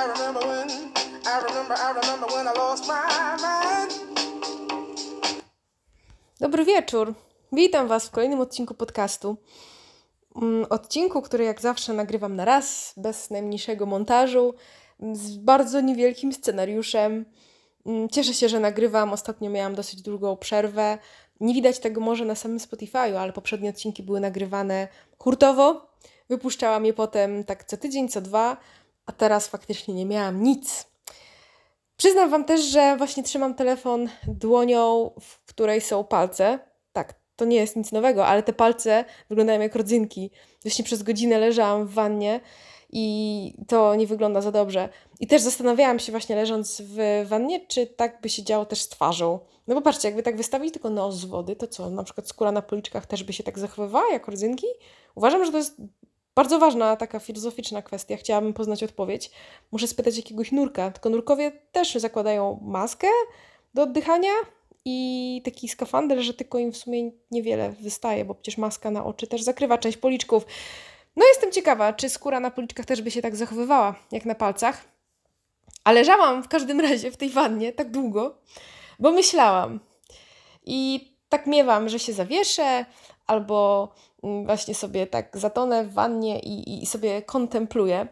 I remember when I lost my mind. Dobry wieczór. Witam Was w kolejnym odcinku podcastu. Odcinku, który jak zawsze nagrywam na raz, bez najmniejszego montażu, z bardzo niewielkim scenariuszem. Cieszę się, że nagrywam. Ostatnio miałam dosyć długą przerwę. Nie widać tego może na samym Spotify'u, ale poprzednie odcinki były nagrywane hurtowo. Wypuszczałam je potem tak co tydzień, co dwa, a teraz faktycznie nie miałam nic. Przyznam Wam też, że właśnie trzymam telefon dłonią, w której są palce. Tak, to nie jest nic nowego, ale te palce wyglądają jak rodzynki. Właśnie przez godzinę leżałam w wannie i to nie wygląda za dobrze. I też zastanawiałam się właśnie leżąc w wannie, czy tak by się działo też z twarzą. No bo patrzcie, jakby tak wystawić tylko nos z wody, to co? Na przykład skóra na policzkach też by się tak zachowywała jak rodzynki? Uważam, że to jest bardzo ważna taka filozoficzna kwestia. Chciałabym poznać odpowiedź. Muszę spytać jakiegoś nurka. Tylko nurkowie też zakładają maskę do oddychania i taki skafander, że tylko im w sumie niewiele wystaje, bo przecież maska na oczy też zakrywa część policzków. No jestem ciekawa, czy skóra na policzkach też by się tak zachowywała, jak na palcach. A leżałam w każdym razie w tej wannie tak długo, bo myślałam. I tak miewam, że się zawieszę, albo właśnie sobie tak zatonę w wannie i sobie kontempluję.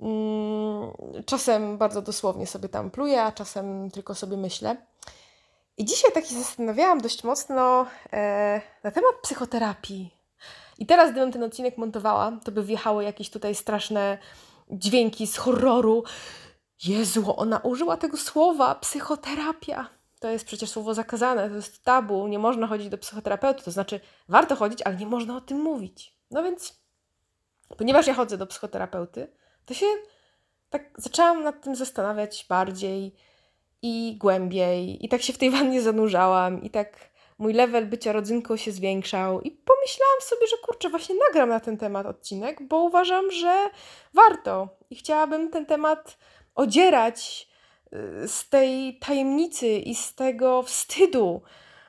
Czasem bardzo dosłownie sobie tam pluję, a czasem tylko sobie myślę. I dzisiaj tak się zastanawiałam dość mocno na temat psychoterapii. I teraz, gdybym ten odcinek montowała, to by wjechały jakieś tutaj straszne dźwięki z horroru. Jezu, ona użyła tego słowa, psychoterapia. To jest przecież słowo zakazane, to jest tabu, nie można chodzić do psychoterapeuty, to znaczy warto chodzić, ale nie można o tym mówić. No więc, ponieważ ja chodzę do psychoterapeuty, to się tak zaczęłam nad tym zastanawiać bardziej i głębiej i tak się w tej wannie zanurzałam i tak mój level bycia rodzynką się zwiększał i pomyślałam sobie, że kurczę, właśnie nagram na ten temat odcinek, bo uważam, że warto i chciałabym ten temat odzierać z tej tajemnicy i z tego wstydu,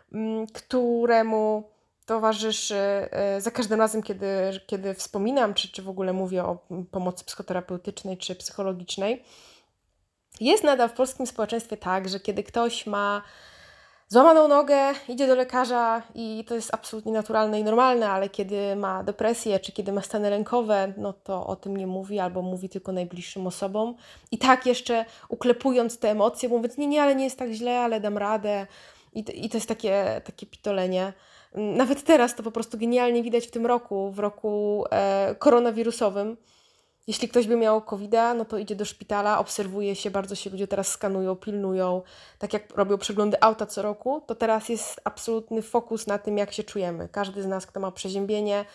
któremu towarzyszy za każdym razem, kiedy wspominam, czy w ogóle mówię o pomocy psychoterapeutycznej czy psychologicznej. Jest nadal w polskim społeczeństwie tak, że kiedy ktoś ma złamaną nogę, idzie do lekarza i to jest absolutnie naturalne i normalne, ale kiedy ma depresję, czy kiedy ma stany lękowe, no to o tym nie mówi albo mówi tylko najbliższym osobom. I tak jeszcze uklepując te emocje, mówiąc, nie, ale nie jest tak źle, ale dam radę. I to jest takie pitolenie. Nawet teraz to po prostu genialnie widać w roku koronawirusowym. Jeśli ktoś by miał COVID-a, no to idzie do szpitala, obserwuje się, bardzo się ludzie teraz skanują, pilnują, tak jak robią przeglądy auta co roku, to teraz jest absolutny fokus na tym, jak się czujemy. Każdy z nas, kto ma przeziębienie,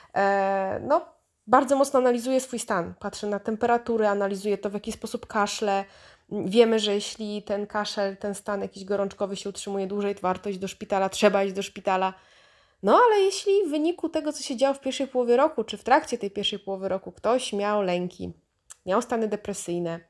bardzo mocno analizuje swój stan, patrzy na temperaturę, analizuje to, w jaki sposób kaszle. Wiemy, że jeśli ten kaszel, ten stan jakiś gorączkowy się utrzymuje dłużej, to warto iść do szpitala, trzeba iść do szpitala. No ale jeśli w wyniku tego, co się działo w pierwszej połowie roku, czy w trakcie tej pierwszej połowy roku, ktoś miał lęki, miał stany depresyjne,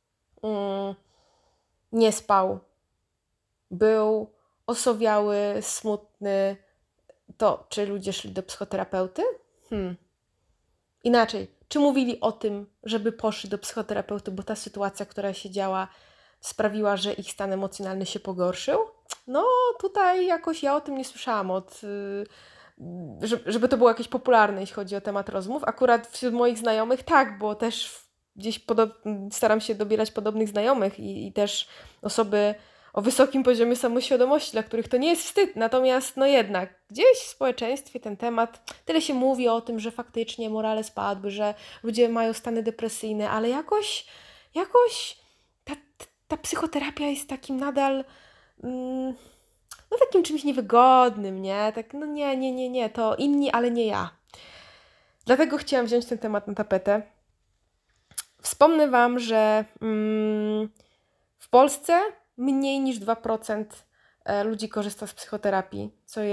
nie spał, był osowiały, smutny, to czy ludzie szli do psychoterapeuty? Inaczej, czy mówili o tym, żeby poszli do psychoterapeuty, bo ta sytuacja, która się działa, sprawiła, że ich stan emocjonalny się pogorszył? No tutaj jakoś ja o tym nie słyszałam żeby to było jakieś popularne, jeśli chodzi o temat rozmów. Akurat wśród moich znajomych tak, bo też gdzieś staram się dobierać podobnych znajomych i też osoby o wysokim poziomie samoświadomości, dla których to nie jest wstyd. Natomiast no jednak gdzieś w społeczeństwie ten temat, tyle się mówi o tym, że faktycznie morale spadły, że ludzie mają stany depresyjne, ale jakoś ta psychoterapia jest takim nadal takim czymś niewygodnym, nie? Tak, no nie, to inni, ale nie ja. Dlatego chciałam wziąć ten temat na tapetę. Wspomnę Wam, że w Polsce mniej niż 2% ludzi korzysta z psychoterapii,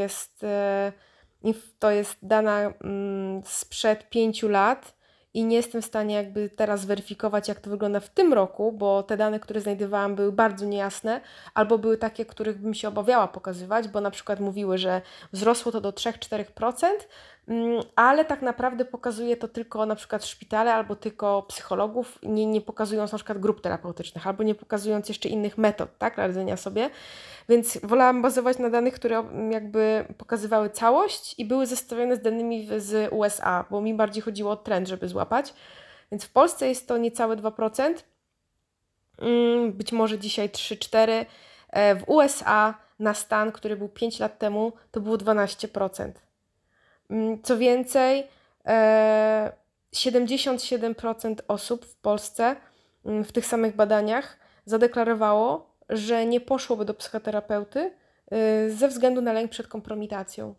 to jest dana sprzed 5 lat i nie jestem w stanie jakby teraz zweryfikować, jak to wygląda w tym roku, bo te dane, które znajdowałam, były bardzo niejasne, albo były takie, których bym się obawiała pokazywać, bo na przykład mówiły, że wzrosło to do 3-4%, ale tak naprawdę pokazuje to tylko na przykład szpitale albo tylko psychologów, nie pokazując na przykład grup terapeutycznych albo nie pokazując jeszcze innych metod, tak, radzenia sobie. Więc wolałam bazować na danych, które jakby pokazywały całość i były zestawione z danymi z USA, bo mi bardziej chodziło o trend, żeby złapać. Więc w Polsce jest to niecałe 2%, być może dzisiaj 3-4%. W USA na stan, który był 5 lat temu, to było 12%. Co więcej, 77% osób w Polsce w tych samych badaniach zadeklarowało, że nie poszłoby do psychoterapeuty ze względu na lęk przed kompromitacją.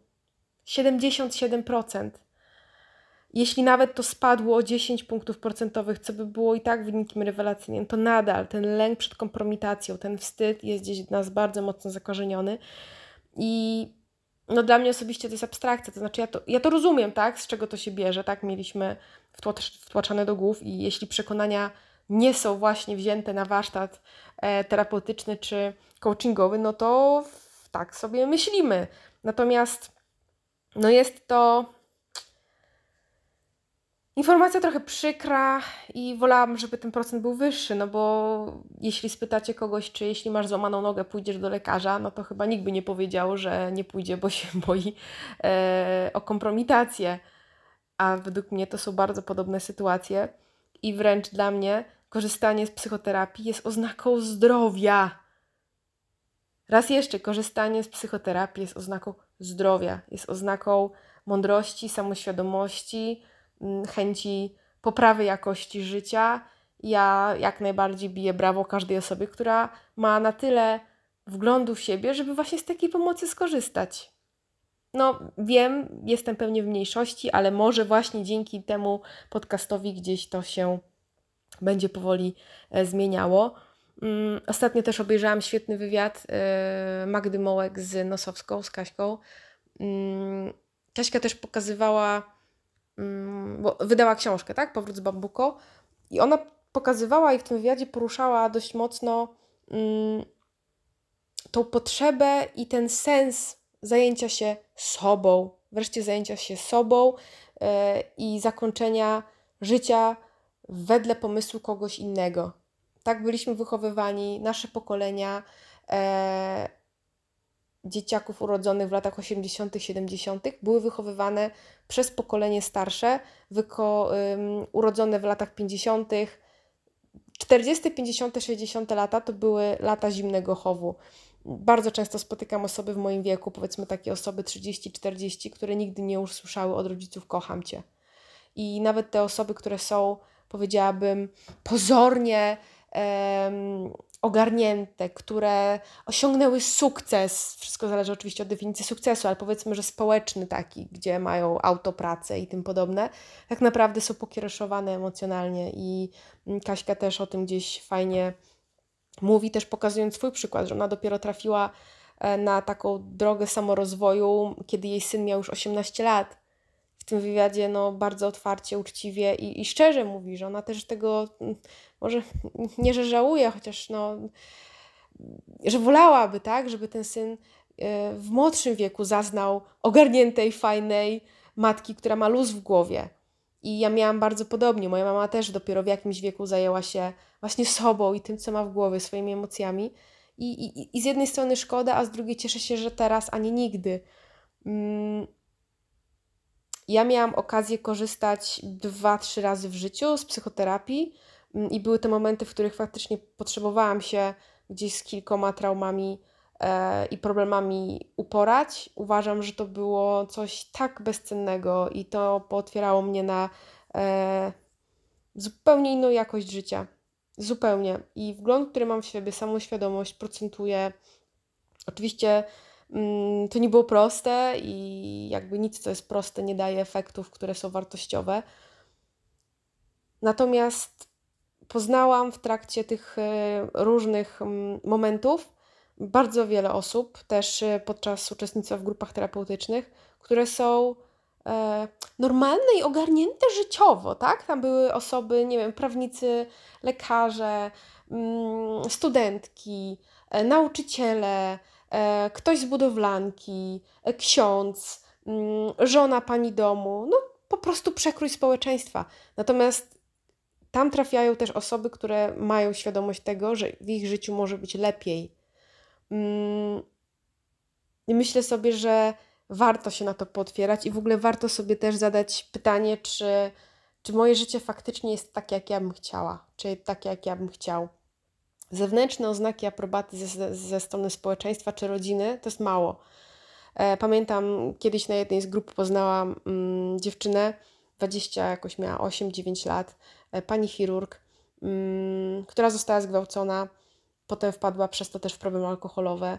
77%. Jeśli nawet to spadło o 10 punktów procentowych, co by było i tak wynikiem rewelacyjnym, to nadal ten lęk przed kompromitacją, ten wstyd jest gdzieś w nas bardzo mocno zakorzeniony. I no dla mnie osobiście to jest abstrakcja, to znaczy ja to rozumiem, tak, z czego to się bierze, tak, mieliśmy wtłaczane do głów i jeśli przekonania nie są właśnie wzięte na warsztat terapeutyczny czy coachingowy, no to tak sobie myślimy. Natomiast no jest to informacja trochę przykra i wolałabym, żeby ten procent był wyższy, no bo jeśli spytacie kogoś, czy jeśli masz złamaną nogę, pójdziesz do lekarza, no to chyba nikt by nie powiedział, że nie pójdzie, bo się boi o kompromitację. A według mnie to są bardzo podobne sytuacje i wręcz dla mnie korzystanie z psychoterapii jest oznaką zdrowia. Raz jeszcze, korzystanie z psychoterapii jest oznaką zdrowia, jest oznaką mądrości, samoświadomości, chęci poprawy jakości życia. Ja jak najbardziej biję brawo każdej osobie, która ma na tyle wglądu w siebie, żeby właśnie z takiej pomocy skorzystać. No wiem, jestem pewnie w mniejszości, ale może właśnie dzięki temu podcastowi gdzieś to się będzie powoli zmieniało. Ostatnio też obejrzałam świetny wywiad Magdy Mołek z Nosowską, z Kaśką. Kaśka też pokazywała, bo wydała książkę, tak? Powrót z Bambuko. I ona pokazywała i w tym wywiadzie poruszała dość mocno tą potrzebę i ten sens zajęcia się sobą, wreszcie zajęcia się sobą i zakończenia życia wedle pomysłu kogoś innego. Tak byliśmy wychowywani, nasze pokolenia dzieciaków urodzonych w latach 80., 70. były wychowywane przez pokolenie starsze, urodzone w latach 50., 40., 50., 60. lata to były lata zimnego chowu. Bardzo często spotykam osoby w moim wieku, powiedzmy takie osoby 30-40, które nigdy nie usłyszały od rodziców kocham Cię. I nawet te osoby, które są, powiedziałabym, pozornie ogarnięte, które osiągnęły sukces, wszystko zależy oczywiście od definicji sukcesu, ale powiedzmy, że społeczny taki, gdzie mają autopracę i tym podobne, tak naprawdę są pokiereszowane emocjonalnie i Kaśka też o tym gdzieś fajnie mówi, też pokazując swój przykład, że ona dopiero trafiła na taką drogę samorozwoju, kiedy jej syn miał już 18 lat. W tym wywiadzie bardzo otwarcie, uczciwie i szczerze mówi, że ona też tego, może nie, że żałuje, chociaż że wolałaby, tak, żeby ten syn w młodszym wieku zaznał ogarniętej, fajnej matki, która ma luz w głowie. I ja miałam bardzo podobnie. Moja mama też dopiero w jakimś wieku zajęła się właśnie sobą i tym, co ma w głowie, swoimi emocjami. I z jednej strony szkoda, a z drugiej cieszę się, że teraz, a nie nigdy. Ja miałam okazję korzystać 2-3 razy w życiu z psychoterapii i były to momenty, w których faktycznie potrzebowałam się gdzieś z kilkoma traumami i problemami uporać. Uważam, że to było coś tak bezcennego i to pootwierało mnie na zupełnie inną jakość życia. Zupełnie. I wgląd, który mam w siebie, samoświadomość procentuje. Oczywiście to nie było proste i jakby nic, co jest proste, nie daje efektów, które są wartościowe. Natomiast poznałam w trakcie tych różnych momentów bardzo wiele osób, też podczas uczestnictwa w grupach terapeutycznych, które są normalne i ogarnięte życiowo, tak? Tam były osoby, nie wiem, prawnicy, lekarze, studentki, nauczyciele, ktoś z budowlanki, ksiądz, żona pani domu, no po prostu przekrój społeczeństwa. Natomiast tam trafiają też osoby, które mają świadomość tego, że w ich życiu może być lepiej. I myślę sobie, że warto się na to pootwierać i w ogóle warto sobie też zadać pytanie, czy moje życie faktycznie jest takie, jak ja bym chciała, czy takie, jak ja bym chciał. Zewnętrzne oznaki aprobaty ze strony społeczeństwa czy rodziny to jest mało. Pamiętam, kiedyś na jednej z grup poznałam dziewczynę, 20 jakoś miała 8-9 lat, pani chirurg, która została zgwałcona, potem wpadła przez to też w problemy alkoholowe.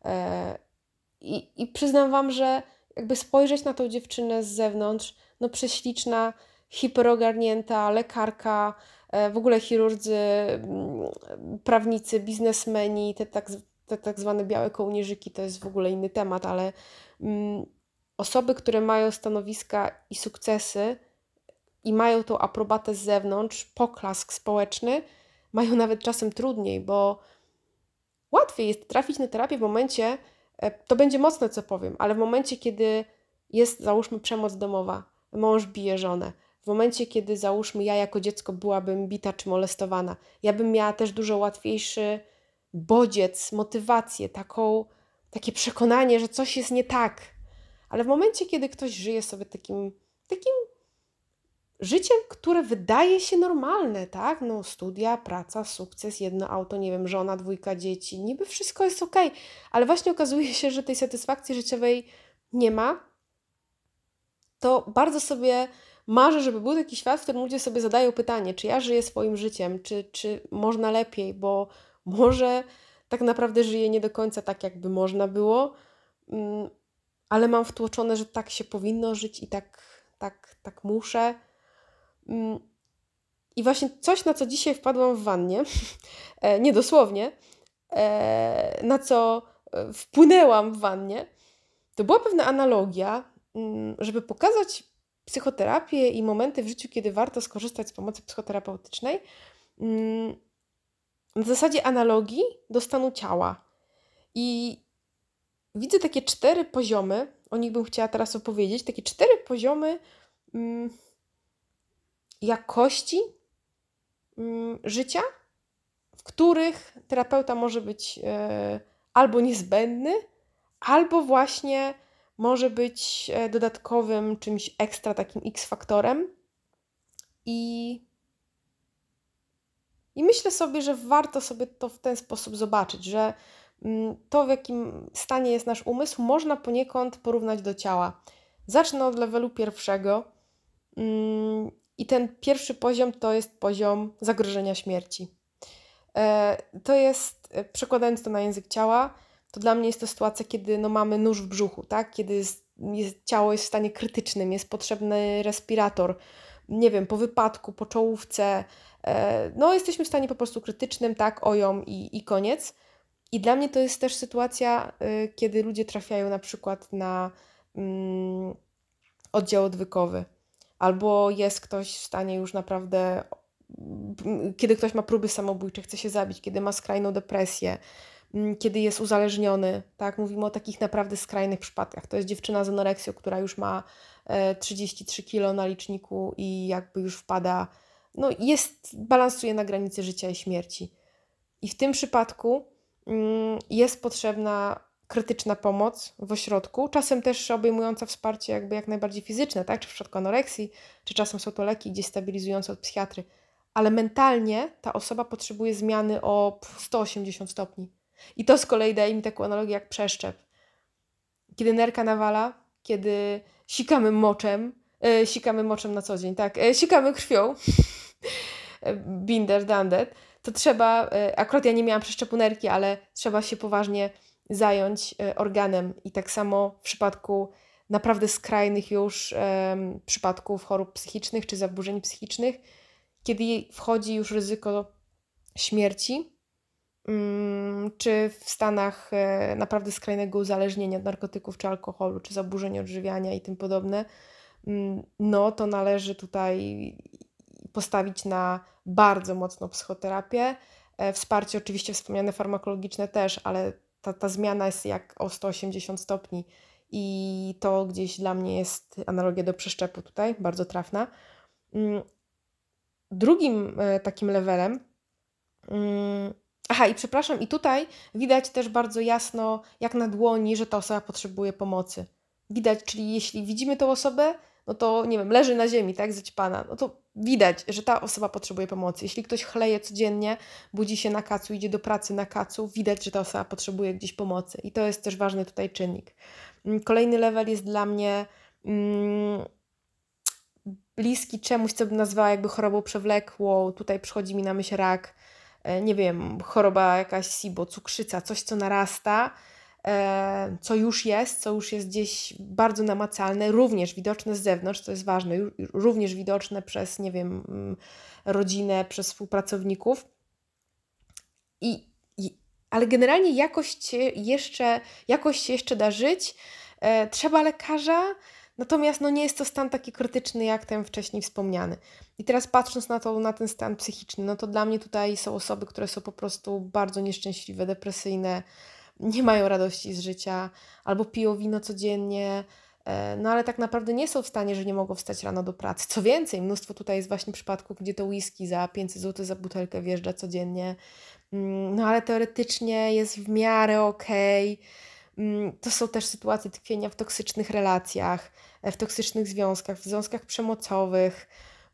I przyznam Wam, że jakby spojrzeć na tą dziewczynę z zewnątrz, no prześliczna, hiperogarnięta, lekarka, w ogóle chirurdzy, prawnicy, biznesmeni, te tak zwane białe kołnierzyki, to jest w ogóle inny temat, ale osoby, które mają stanowiska i sukcesy i mają tą aprobatę z zewnątrz, poklask społeczny, mają nawet czasem trudniej, bo łatwiej jest trafić na terapię w momencie, to będzie mocne, co powiem, ale w momencie, kiedy jest, załóżmy, przemoc domowa, mąż bije żonę, w momencie, kiedy, załóżmy, ja jako dziecko byłabym bita czy molestowana, ja bym miała też dużo łatwiejszy bodziec, motywację, takie przekonanie, że coś jest nie tak. Ale w momencie, kiedy ktoś żyje sobie takim życiem, które wydaje się normalne, tak? No studia, praca, sukces, jedno auto, nie wiem, żona, 2 dzieci, niby wszystko jest okej, ale właśnie okazuje się, że tej satysfakcji życiowej nie ma, to bardzo sobie marzę, żeby był taki świat, w którym ludzie sobie zadają pytanie, czy ja żyję swoim życiem, czy można lepiej, bo może tak naprawdę żyję nie do końca tak, jakby można było, ale mam wtłoczone, że tak się powinno żyć i tak muszę. I właśnie coś, na co dzisiaj wpadłam w wannie, nie dosłownie, na co wpłynęłam w wannie, to była pewna analogia, żeby pokazać psychoterapię i momenty w życiu, kiedy warto skorzystać z pomocy psychoterapeutycznej, na zasadzie analogii do stanu ciała. I widzę takie 4 poziomy, o nich bym chciała teraz opowiedzieć, takie 4 poziomy jakości życia, w których terapeuta może być albo niezbędny, albo właśnie może być dodatkowym czymś ekstra, takim X-faktorem. I myślę sobie, że warto sobie to w ten sposób zobaczyć, że to, w jakim stanie jest nasz umysł, można poniekąd porównać do ciała. Zacznę od levelu pierwszego. I ten pierwszy poziom to jest poziom zagrożenia śmierci. To jest, przekładając to na język ciała, to dla mnie jest to sytuacja, kiedy mamy nóż w brzuchu, tak? Kiedy ciało jest w stanie krytycznym, jest potrzebny respirator, nie wiem, po wypadku, po czołówce, jesteśmy w stanie po prostu krytycznym, tak, ojom i koniec. I dla mnie to jest też sytuacja, kiedy ludzie trafiają na przykład na oddział odwykowy, albo jest ktoś w stanie już naprawdę, kiedy ktoś ma próby samobójcze, chce się zabić, kiedy ma skrajną depresję, kiedy jest uzależniony, tak? Mówimy o takich naprawdę skrajnych przypadkach. To jest dziewczyna z anoreksją, która już ma 33 kilo na liczniku i jakby już wpada, balansuje na granicy życia i śmierci. I w tym przypadku jest potrzebna krytyczna pomoc w ośrodku, czasem też obejmująca wsparcie jakby jak najbardziej fizyczne, tak? Czy w przypadku anoreksji, czy czasem są to leki gdzieś stabilizujące od psychiatry, ale mentalnie ta osoba potrzebuje zmiany o 180 stopni. I to z kolei daje mi taką analogię jak przeszczep. Kiedy nerka nawala, kiedy sikamy moczem na co dzień, tak? Sikamy krwią, binder, dandet, to trzeba, akurat ja nie miałam przeszczepu nerki, ale trzeba się poważnie zająć organem i tak samo w przypadku naprawdę skrajnych już przypadków chorób psychicznych czy zaburzeń psychicznych, kiedy wchodzi już ryzyko śmierci, czy w stanach naprawdę skrajnego uzależnienia od narkotyków czy alkoholu, czy zaburzeń odżywiania i tym podobne, to należy tutaj postawić na bardzo mocną psychoterapię. Wsparcie oczywiście wspomniane farmakologiczne też, ale ta zmiana jest jak o 180 stopni i to gdzieś dla mnie jest analogia do przeszczepu tutaj, bardzo trafna. Drugim takim levelem, i przepraszam, i tutaj widać też bardzo jasno, jak na dłoni, że ta osoba potrzebuje pomocy. Widać, czyli jeśli widzimy tą osobę, no to nie wiem, leży na ziemi, tak, zaćpana, no to widać, że ta osoba potrzebuje pomocy. Jeśli ktoś chleje codziennie, budzi się na kacu, idzie do pracy na kacu, widać, że ta osoba potrzebuje gdzieś pomocy. I to jest też ważny tutaj czynnik. Kolejny level jest dla mnie bliski czemuś, co bym nazwała jakby chorobą przewlekłą. Tutaj przychodzi mi na myśl rak, nie wiem, choroba jakaś SIBO, cukrzyca, coś, co narasta, co już jest gdzieś bardzo namacalne, również widoczne z zewnątrz, to jest ważne, również widoczne przez, nie wiem, rodzinę, przez współpracowników. Ale generalnie jakoś się jeszcze da żyć, trzeba lekarza, natomiast nie jest to stan taki krytyczny jak ten wcześniej wspomniany. I teraz patrząc na ten stan psychiczny, to dla mnie tutaj są osoby, które są po prostu bardzo nieszczęśliwe, depresyjne, nie mają radości z życia, albo piją wino codziennie, ale tak naprawdę nie są w stanie, że nie mogą wstać rano do pracy. Co więcej, mnóstwo tutaj jest właśnie przypadków, gdzie to whisky za 500 zł za butelkę wjeżdża codziennie, ale teoretycznie jest w miarę okej. To są też sytuacje tkwienia w toksycznych relacjach, w toksycznych związkach, w związkach przemocowych.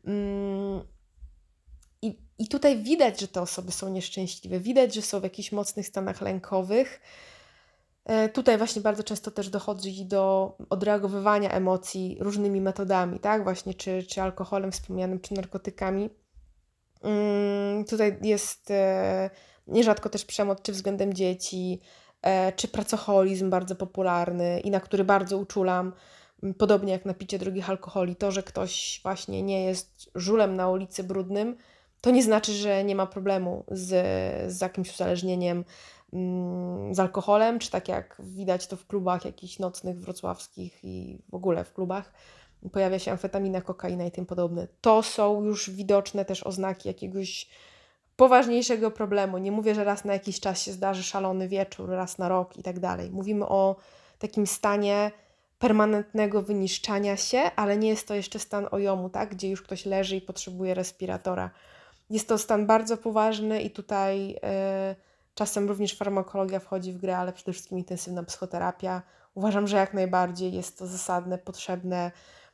I tutaj widać, że te osoby są nieszczęśliwe, widać, że są w jakichś mocnych stanach lękowych. Tutaj właśnie bardzo często też dochodzi do odreagowywania emocji różnymi metodami, tak? Właśnie czy alkoholem wspomnianym, czy narkotykami. Tutaj jest nierzadko też przemoc, czy względem dzieci, czy pracoholizm bardzo popularny i na który bardzo uczulam, podobnie jak na picie drogich alkoholi. To, że ktoś właśnie nie jest żulem na ulicy brudnym, to nie znaczy, że nie ma problemu z jakimś uzależnieniem, z alkoholem, czy tak jak widać to w klubach jakichś nocnych wrocławskich i w ogóle w klubach, pojawia się amfetamina, kokaina i tym podobne. To są już widoczne też oznaki jakiegoś poważniejszego problemu. Nie mówię, że raz na jakiś czas się zdarzy szalony wieczór, raz na rok i tak dalej. Mówimy o takim stanie permanentnego wyniszczania się, ale nie jest to jeszcze stan ojomu, tak? Gdzie już ktoś leży i potrzebuje respiratora. Jest to stan bardzo poważny i tutaj czasem również farmakologia wchodzi w grę, ale przede wszystkim intensywna psychoterapia. Uważam, że jak najbardziej jest to zasadne, potrzebne.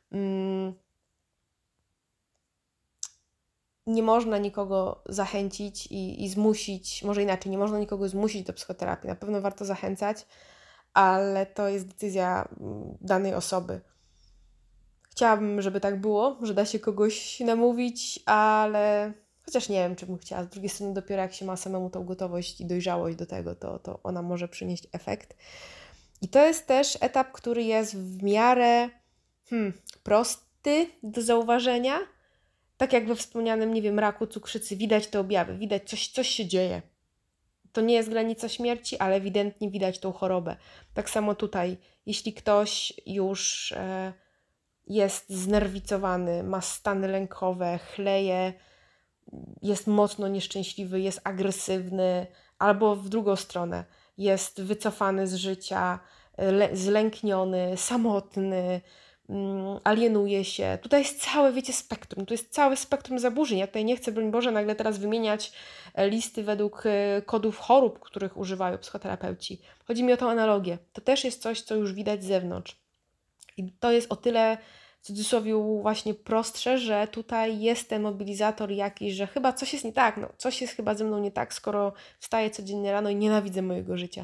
Nie można nikogo zachęcić i zmusić, może inaczej, nie można nikogo zmusić do psychoterapii. Na pewno warto zachęcać, ale to jest decyzja danej osoby. Chciałabym, żeby tak było, że da się kogoś namówić, ale chociaż nie wiem, czy bym chciała. Z drugiej strony dopiero jak się ma samemu tą gotowość i dojrzałość do tego, to ona może przynieść efekt. I to jest też etap, który jest w miarę prosty do zauważenia. Tak jak we wspomnianym, nie wiem, raku, cukrzycy, widać te objawy, widać coś się dzieje. To nie jest granica śmierci, ale ewidentnie widać tą chorobę. Tak samo tutaj, jeśli ktoś już jest znerwicowany, ma stany lękowe, chleje, jest mocno nieszczęśliwy, jest agresywny, albo w drugą stronę, jest wycofany z życia, zlękniony, samotny, alienuje się. Tutaj jest całe, spektrum. Tu jest całe spektrum zaburzeń. Ja tutaj nie chcę, broń Boże, nagle teraz wymieniać listy według kodów chorób, których używają psychoterapeuci. Chodzi mi o tą analogię. To też jest coś, co już widać z zewnątrz. I to jest o tyle w cudzysłowie właśnie prostsze, że tutaj jest ten mobilizator jakiś, że chyba coś jest nie tak, coś jest chyba ze mną nie tak, skoro wstaję codziennie rano i nienawidzę mojego życia.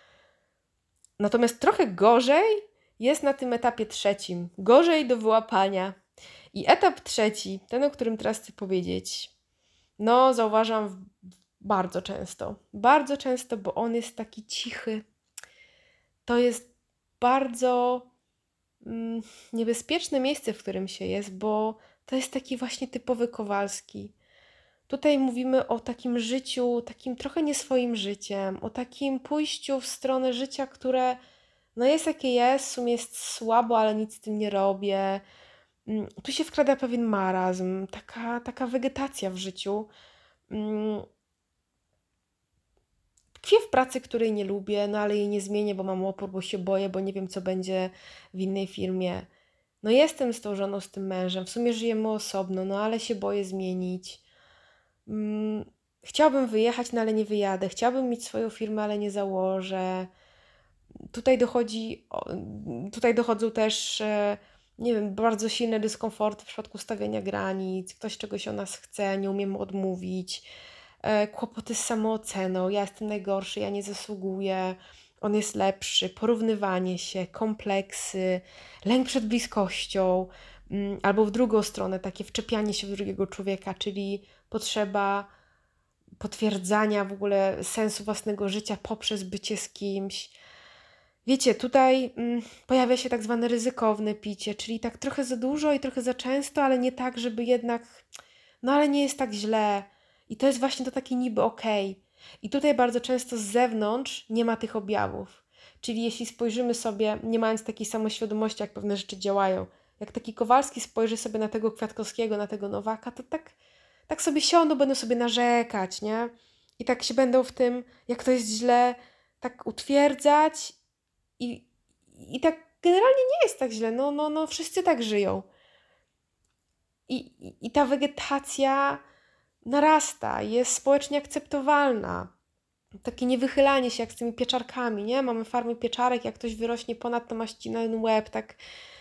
Natomiast trochę gorzej jest na tym etapie trzecim. Gorzej do wyłapania. I etap trzeci, ten, o którym teraz chcę powiedzieć, zauważam bardzo często. Bardzo często, bo on jest taki cichy. To jest bardzo niebezpieczne miejsce, w którym się jest, bo to jest taki właśnie typowy Kowalski. Tutaj mówimy o takim życiu, takim trochę nie swoim życiem, o takim pójściu w stronę życia, które jest jakie jest, w sumie jest słabo, ale nic z tym nie robię. Tu się wkrada pewien marazm, taka wegetacja w życiu. tkwię w pracy, której nie lubię, no ale jej nie zmienię, bo mam opór, bo się boję, bo nie wiem, co będzie w innej firmie. No jestem z tą żoną, z tym mężem, w sumie żyjemy osobno, no ale się boję zmienić. Chciałabym wyjechać, no ale nie wyjadę. Chciałabym mieć swoją firmę, ale nie założę. Tutaj dochodzą też, nie wiem, bardzo silne dyskomforty w przypadku stawiania granic. Ktoś czegoś o nas chce, nie umiemy odmówić. Kłopoty z samooceną. Ja jestem najgorszy, ja nie zasługuję. On jest lepszy. Porównywanie się, kompleksy, lęk przed bliskością. Albo w drugą stronę, takie wczepianie się w drugiego człowieka, czyli potrzeba potwierdzania w ogóle sensu własnego życia poprzez bycie z kimś. Wiecie, tutaj pojawia się tak zwane ryzykowne picie, czyli tak trochę za dużo i trochę za często, ale nie tak, żeby jednak, no ale nie jest tak źle. I to jest właśnie to takie niby okej. I tutaj bardzo często z zewnątrz nie ma tych objawów. Czyli jeśli spojrzymy sobie, nie mając takiej samoświadomości, jak pewne rzeczy działają, jak taki Kowalski spojrzy sobie na tego Kwiatkowskiego, na tego Nowaka, to tak sobie siądą, będą sobie narzekać, nie? I tak się będą w tym, jak to jest źle, tak utwierdzać i tak generalnie nie jest tak źle, no wszyscy tak żyją. I ta wegetacja narasta, jest społecznie akceptowalna. Takie niewychylanie się jak z tymi pieczarkami, nie? Mamy farmy pieczarek, jak ktoś wyrośnie ponad, to ma ścinany łeb, tak.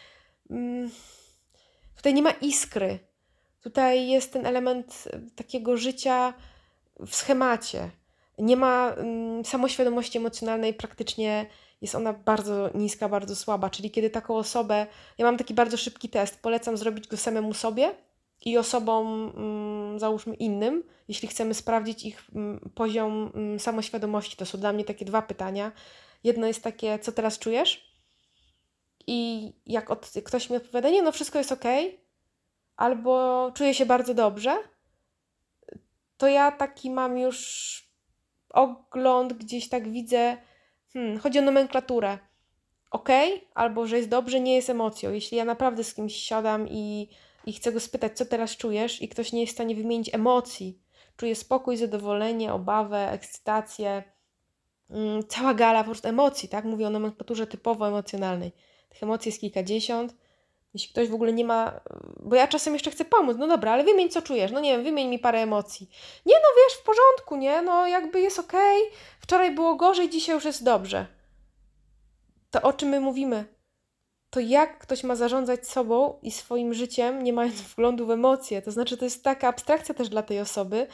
Tutaj nie ma iskry. Tutaj jest ten element takiego życia w schemacie. Nie ma samoświadomości emocjonalnej, praktycznie jest ona bardzo niska, bardzo słaba. Czyli kiedy taką osobę, ja mam taki bardzo szybki test, polecam zrobić go samemu sobie i osobom, załóżmy innym, jeśli chcemy sprawdzić ich poziom samoświadomości. To są dla mnie takie 2 pytania. Jedno jest takie, co teraz czujesz? I jak ktoś mi odpowiada, nie, no wszystko jest okej, albo czuję się bardzo dobrze, to ja taki mam już ogląd, gdzieś tak widzę, chodzi o nomenklaturę. Okej, albo że jest dobrze, nie jest emocją. Jeśli ja naprawdę z kimś siadam i chcę go spytać, co teraz czujesz, i ktoś nie jest w stanie wymienić emocji, czuję spokój, zadowolenie, obawę, ekscytację, cała gala po prostu emocji, tak? Mówię o nomenklaturze typowo emocjonalnej. Tych emocji jest kilkadziesiąt. Jeśli ktoś w ogóle nie ma, bo ja czasem jeszcze chcę pomóc, no dobra, ale wymień co czujesz, no nie wiem, wymień mi parę emocji. Nie no wiesz, w porządku, nie, no jakby jest okej, wczoraj było gorzej, dzisiaj już jest dobrze. To o czym my mówimy? To jak ktoś ma zarządzać sobą i swoim życiem, nie mając wglądu w emocje? To znaczy, to jest taka abstrakcja też dla tej osoby.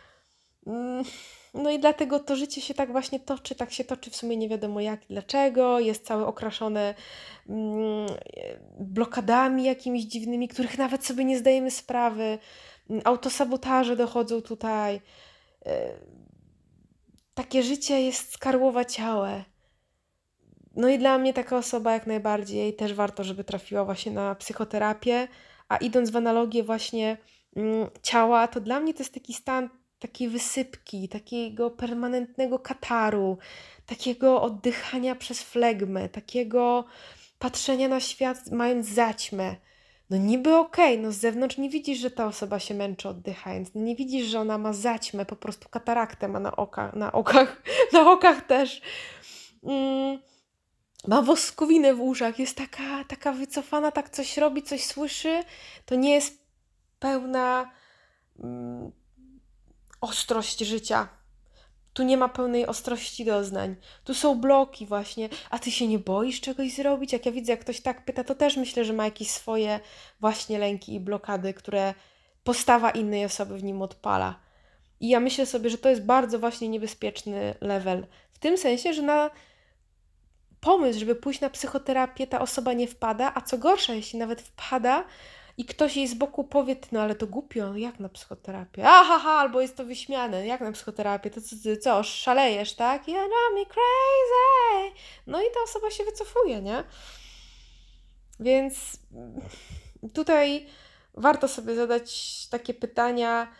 No i dlatego to życie się tak właśnie toczy, tak się toczy w sumie nie wiadomo jak, dlaczego, jest całe okraszone blokadami jakimiś dziwnymi, których nawet sobie nie zdajemy sprawy, autosabotaże dochodzą tutaj. Takie życie jest skarłowaciałe. No i dla mnie taka osoba jak najbardziej też warto, żeby trafiła właśnie na psychoterapię, a idąc w analogię właśnie ciała, to dla mnie to jest taki stan takiej wysypki, takiego permanentnego kataru, takiego oddychania przez flegmę, takiego patrzenia na świat mając zaćmę. No niby okej, no z zewnątrz nie widzisz, że ta osoba się męczy oddychając, no nie widzisz, że ona ma zaćmę, po prostu kataraktę ma na okach też. Ma woskowinę w uszach, jest taka wycofana, tak coś robi, coś słyszy, to nie jest pełna ostrość życia. Tu nie ma pełnej ostrości doznań. Tu są bloki właśnie. A ty się nie boisz czegoś zrobić? Jak ja widzę, jak ktoś tak pyta, to też myślę, że ma jakieś swoje właśnie lęki i blokady, które postawa innej osoby w nim odpala. I ja myślę sobie, że to jest bardzo właśnie niebezpieczny level. W tym sensie, że na pomysł, żeby pójść na psychoterapię, ta osoba nie wpada, a co gorsza, jeśli nawet wpada i ktoś jej z boku powie, no ale to głupio, jak na psychoterapię? Ahaha, albo jest to wyśmiane, jak na psychoterapię? To co, szalejesz, tak? You drive me crazy! No i ta osoba się wycofuje, nie? Więc tutaj warto sobie zadać takie pytania,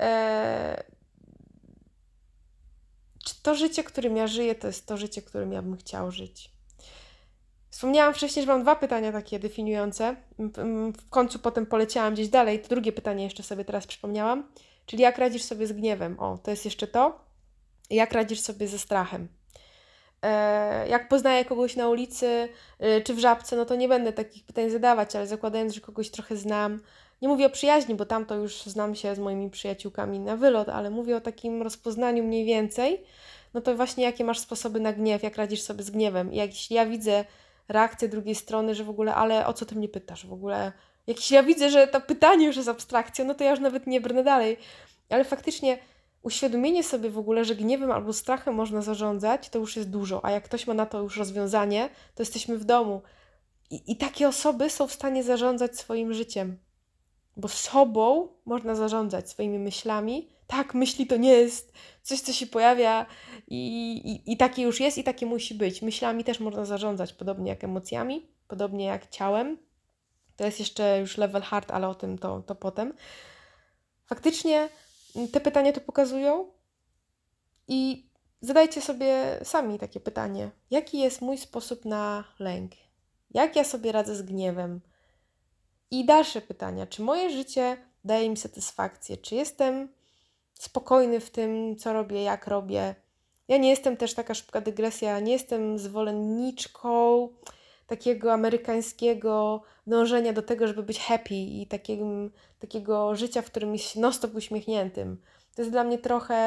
czy to życie, którym ja żyję, to jest to życie, którym ja bym chciał żyć? Wspomniałam wcześniej, że mam 2 pytania takie definiujące. W końcu potem poleciałam gdzieś dalej. To drugie pytanie jeszcze sobie teraz przypomniałam. Czyli jak radzisz sobie z gniewem? O, to jest jeszcze to. Jak radzisz sobie ze strachem? Jak poznaję kogoś na ulicy czy w Żabce, no to nie będę takich pytań zadawać, ale zakładając, że kogoś trochę znam, nie mówię o przyjaźni, bo tam to już znam się z moimi przyjaciółkami na wylot, ale mówię o takim rozpoznaniu mniej więcej, no to właśnie jakie masz sposoby na gniew, jak radzisz sobie z gniewem. Jeśli ja widzę reakcję drugiej strony, że w ogóle, ale o co ty mnie pytasz w ogóle? Jeśli ja widzę, że to pytanie już jest abstrakcją, no to ja już nawet nie brnę dalej. Ale faktycznie uświadomienie sobie w ogóle, że gniewem albo strachem można zarządzać, to już jest dużo, a jak ktoś ma na to już rozwiązanie, to jesteśmy w domu. I takie osoby są w stanie zarządzać swoim życiem, bo sobą można zarządzać, swoimi myślami. Tak, myśli to nie jest coś, co się pojawia i takie już jest i takie musi być. Myślami też można zarządzać, podobnie jak emocjami, podobnie jak ciałem. To jest jeszcze już level hard, ale o tym to potem. Faktycznie te pytania to pokazują i zadajcie sobie sami takie pytanie. Jaki jest mój sposób na lęk? Jak ja sobie radzę z gniewem? I dalsze pytania. Czy moje życie daje mi satysfakcję? Czy jestem spokojny w tym, co robię, jak robię? Ja nie jestem też, taka szybka dygresja, nie jestem zwolenniczką takiego amerykańskiego dążenia do tego, żeby być happy i takiego życia, w którym jest non-stop uśmiechniętym. To jest dla mnie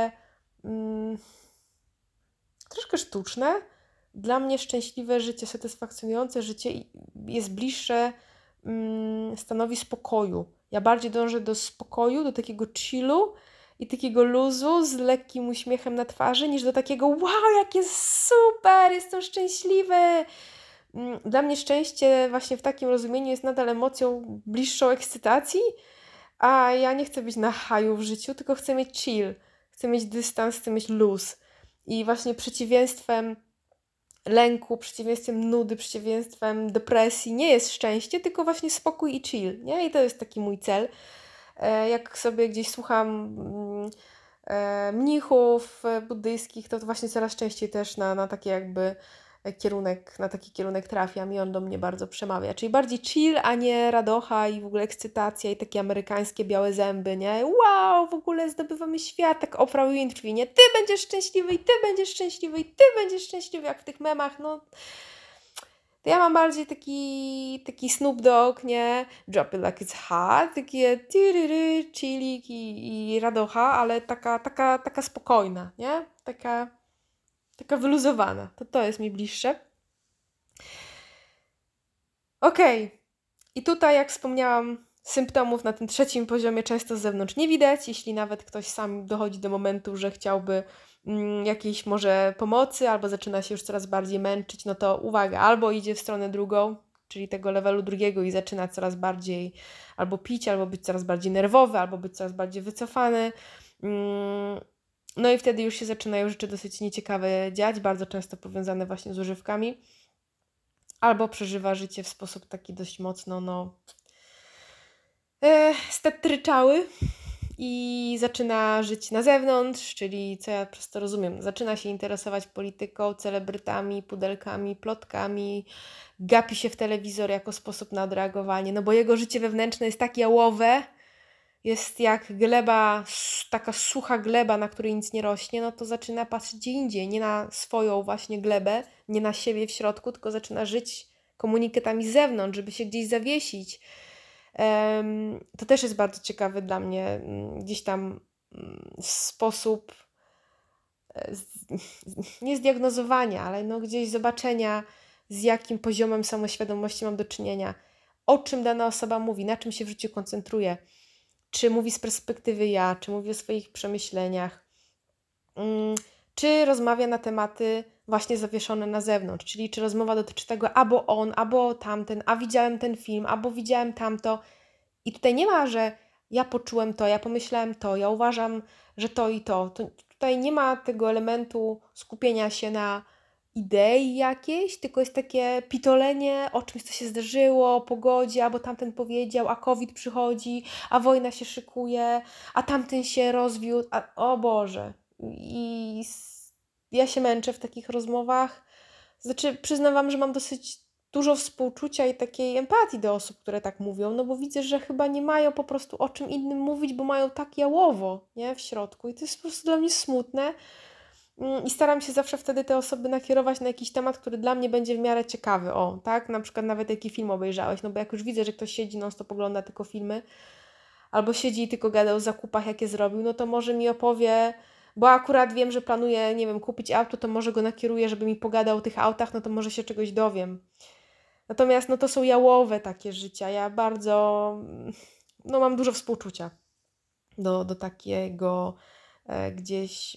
troszkę sztuczne. Dla mnie szczęśliwe życie, satysfakcjonujące życie jest bliższe stanowi spokoju. Ja bardziej dążę do spokoju, do takiego chillu i takiego luzu z lekkim uśmiechem na twarzy, niż do takiego wow, jak jest super, jestem szczęśliwy. Dla mnie szczęście właśnie w takim rozumieniu jest nadal emocją bliższą ekscytacji, a ja nie chcę być na haju w życiu, tylko chcę mieć chill, chcę mieć dystans, chcę mieć luz. I właśnie przeciwieństwem lęku, przeciwieństwem nudy, przeciwieństwem depresji nie jest szczęście, tylko właśnie spokój i chill, nie? I to jest taki mój cel. Jak sobie gdzieś słucham mnichów buddyjskich, to właśnie coraz częściej też na takie jakby na taki kierunek trafiam i on do mnie bardzo przemawia. Czyli bardziej chill, a nie radocha i w ogóle ekscytacja i takie amerykańskie białe zęby, nie? Wow, w ogóle zdobywamy świat, tak Oprah Winfrey, nie? Ty będziesz szczęśliwy i ty będziesz szczęśliwy i ty będziesz szczęśliwy, jak w tych memach, no. To ja mam bardziej taki Snoop Dogg, nie? Drop it like it's hot, takie chillik i radocha, ale taka spokojna, nie? Taka wyluzowana. To jest mi bliższe. Okej. I tutaj, jak wspomniałam, symptomów na tym trzecim poziomie często z zewnątrz nie widać. Jeśli nawet ktoś sam dochodzi do momentu, że chciałby jakiejś może pomocy, albo zaczyna się już coraz bardziej męczyć, no to uwaga, albo idzie w stronę drugą, czyli tego levelu drugiego i zaczyna coraz bardziej albo pić, albo być coraz bardziej nerwowy, albo być coraz bardziej wycofany. No i wtedy już się zaczynają rzeczy dosyć nieciekawe dziać, bardzo często powiązane właśnie z używkami. Albo przeżywa życie w sposób taki dość mocno, stetryczały i zaczyna żyć na zewnątrz, czyli co ja przez to rozumiem, zaczyna się interesować polityką, celebrytami, pudelkami, plotkami, gapi się w telewizor jako sposób na odreagowanie, no bo jego życie wewnętrzne jest tak jałowe, jest jak gleba, taka sucha gleba, na której nic nie rośnie, no to zaczyna patrzeć gdzie indziej, nie na swoją właśnie glebę, nie na siebie w środku, tylko zaczyna żyć komunikatami z zewnątrz, żeby się gdzieś zawiesić. To też jest bardzo ciekawy dla mnie gdzieś tam sposób nie zdiagnozowania, ale no gdzieś zobaczenia, z jakim poziomem samoświadomości mam do czynienia, o czym dana osoba mówi, na czym się w życiu koncentruje, czy mówi z perspektywy ja, czy mówi o swoich przemyśleniach, czy rozmawia na tematy właśnie zawieszone na zewnątrz, czyli czy rozmowa dotyczy tego albo on, albo tamten, a widziałem ten film, albo widziałem tamto. I tutaj nie ma, że ja poczułem to, ja pomyślałem to, ja uważam, że to i to. Tutaj nie ma tego elementu skupienia się na idei jakiejś, tylko jest takie pitolenie o czymś, co się zdarzyło, o pogodzie, albo tamten powiedział, a COVID przychodzi, a wojna się szykuje, a tamten się rozwiódł, o Boże. Ja się męczę w takich rozmowach. Znaczy, przyznam Wam, że mam dosyć dużo współczucia i takiej empatii do osób, które tak mówią, no bo widzę, że chyba nie mają po prostu o czym innym mówić, bo mają tak jałowo, nie, w środku i to jest po prostu dla mnie smutne. I staram się zawsze wtedy te osoby nakierować na jakiś temat, który dla mnie będzie w miarę ciekawy. O, tak? Na przykład nawet jaki film obejrzałeś, no bo jak już widzę, że ktoś siedzi non-stop ogląda tylko filmy, albo siedzi i tylko gada o zakupach, jakie zrobił, no to może mi opowie, bo akurat wiem, że planuje, nie wiem, kupić auto, to może go nakieruję, żeby mi pogadał o tych autach, no to może się czegoś dowiem. Natomiast no to są jałowe takie życia. Ja bardzo, no mam dużo współczucia do takiego gdzieś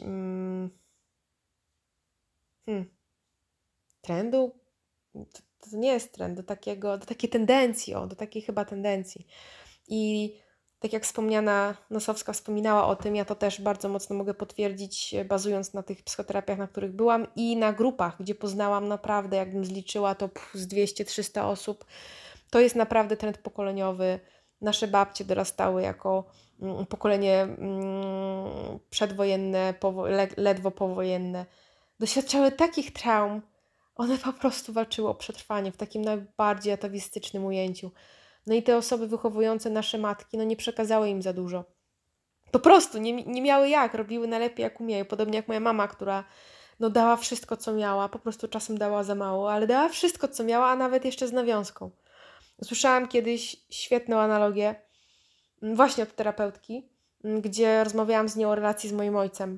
trendu. To nie jest trend, do takiej tendencji, do takiej chyba tendencji. I tak jak wspomniana Nosowska wspominała o tym, ja to też bardzo mocno mogę potwierdzić, bazując na tych psychoterapiach, na których byłam i na grupach, gdzie poznałam naprawdę, jakbym zliczyła to z 200-300 osób. To jest naprawdę trend pokoleniowy. Nasze babcie dorastały jako pokolenie przedwojenne, ledwo powojenne. Doświadczały takich traum. One po prostu walczyły o przetrwanie w takim najbardziej atawistycznym ujęciu. No i te osoby wychowujące nasze matki, no nie przekazały im za dużo. Po prostu nie miały jak, robiły najlepiej jak umieją. Podobnie jak moja mama, która no dała wszystko, co miała, po prostu czasem dała za mało, ale dała wszystko, co miała, a nawet jeszcze z nawiązką. Słyszałam kiedyś świetną analogię, właśnie od terapeutki, gdzie rozmawiałam z nią o relacji z moim ojcem.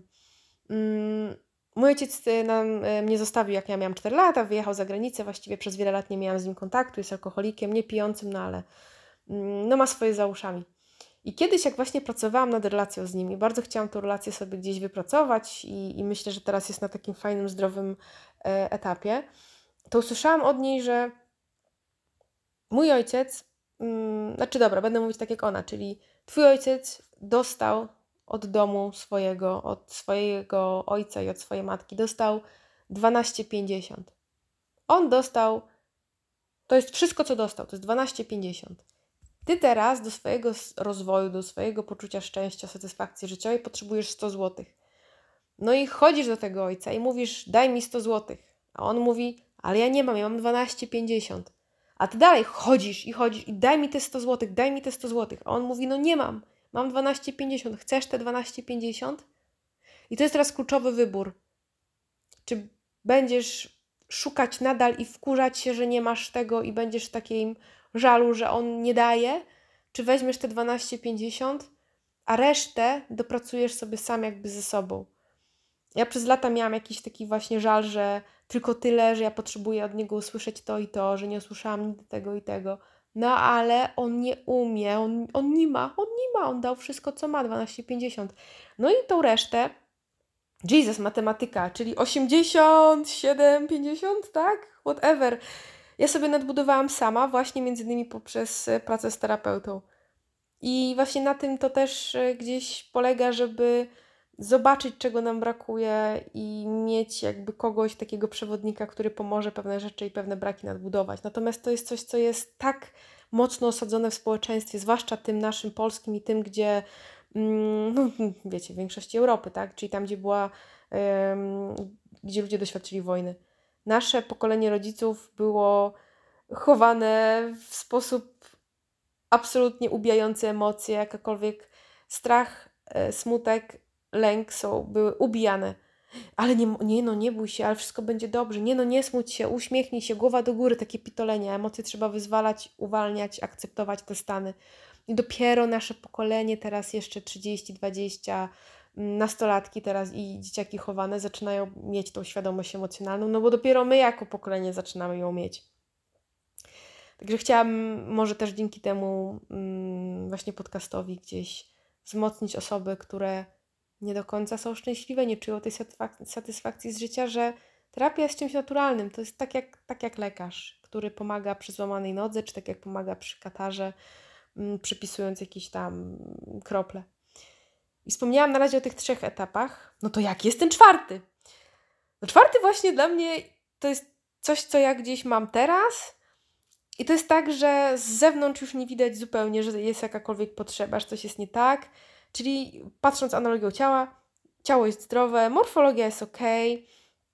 Mój ojciec mnie zostawił, jak ja miałam 4 lata, wyjechał za granicę, właściwie przez wiele lat nie miałam z nim kontaktu, jest alkoholikiem, nie pijącym, no ale no ma swoje za uszami. I kiedyś, jak właśnie pracowałam nad relacją z nim i bardzo chciałam tę relację sobie gdzieś wypracować i myślę, że teraz jest na takim fajnym, zdrowym etapie, to usłyszałam od niej, że mój ojciec, znaczy dobra, będę mówić tak jak ona, czyli twój ojciec dostał od domu swojego, od swojego ojca i od swojej matki, dostał 12,50. On dostał, to jest wszystko, co dostał, to jest 12,50. Ty teraz do swojego rozwoju, do swojego poczucia szczęścia, satysfakcji życiowej potrzebujesz 100 zł. No i chodzisz do tego ojca i mówisz, daj mi 100 zł. A on mówi, ale ja nie mam, ja mam 12,50. A ty dalej chodzisz i daj mi te 100 zł, daj mi te 100 zł. A on mówi, no nie mam, mam 12,50. Chcesz te 12,50? I to jest teraz kluczowy wybór. Czy będziesz szukać nadal i wkurzać się, że nie masz tego i będziesz w takim żalu, że on nie daje? Czy weźmiesz te 12,50, a resztę dopracujesz sobie sam jakby ze sobą? Ja przez lata miałam jakiś taki właśnie żal, że tylko tyle, że ja potrzebuję od niego usłyszeć to i to, że nie usłyszałam nigdy tego i tego. No ale on nie umie, on nie ma, on dał wszystko, co ma, 12,50. No i tą resztę, Jesus, matematyka, czyli 87, 50, tak? Whatever. Ja sobie nadbudowałam sama, właśnie między innymi poprzez pracę z terapeutą. I właśnie na tym to też gdzieś polega, żeby zobaczyć, czego nam brakuje i mieć jakby kogoś, takiego przewodnika, który pomoże pewne rzeczy i pewne braki nadbudować. Natomiast to jest coś, co jest tak mocno osadzone w społeczeństwie, zwłaszcza tym naszym polskim i tym, gdzie, no wiecie, w większości Europy, tak? Czyli tam, gdzie była, gdzie ludzie doświadczyli wojny. Nasze pokolenie rodziców było chowane w sposób absolutnie ubijający emocje, jakakolwiek strach, smutek, lęk były ubijane. Ale nie bój się, ale wszystko będzie dobrze. Nie smuć się, uśmiechnij się, głowa do góry, takie pitolenia. Emocje trzeba wyzwalać, uwalniać, akceptować te stany. I dopiero nasze pokolenie, teraz jeszcze 30, 20, nastolatki teraz i dzieciaki chowane zaczynają mieć tą świadomość emocjonalną, no bo dopiero my jako pokolenie zaczynamy ją mieć. Także chciałam może też dzięki temu właśnie podcastowi gdzieś wzmocnić osoby, które nie do końca są szczęśliwe, nie czują tej satysfakcji z życia, że terapia jest czymś naturalnym. To jest tak jak lekarz, który pomaga przy złamanej nodze, czy tak jak pomaga przy katarze, przypisując jakieś tam krople. I wspomniałam na razie o tych 3 etapach. No to jaki jest ten 4? No 4 właśnie dla mnie to jest coś, co ja gdzieś mam teraz. I to jest tak, że z zewnątrz już nie widać zupełnie, że jest jakakolwiek potrzeba, że coś jest nie tak. Czyli patrząc analogią ciała, ciało jest zdrowe, morfologia jest okej,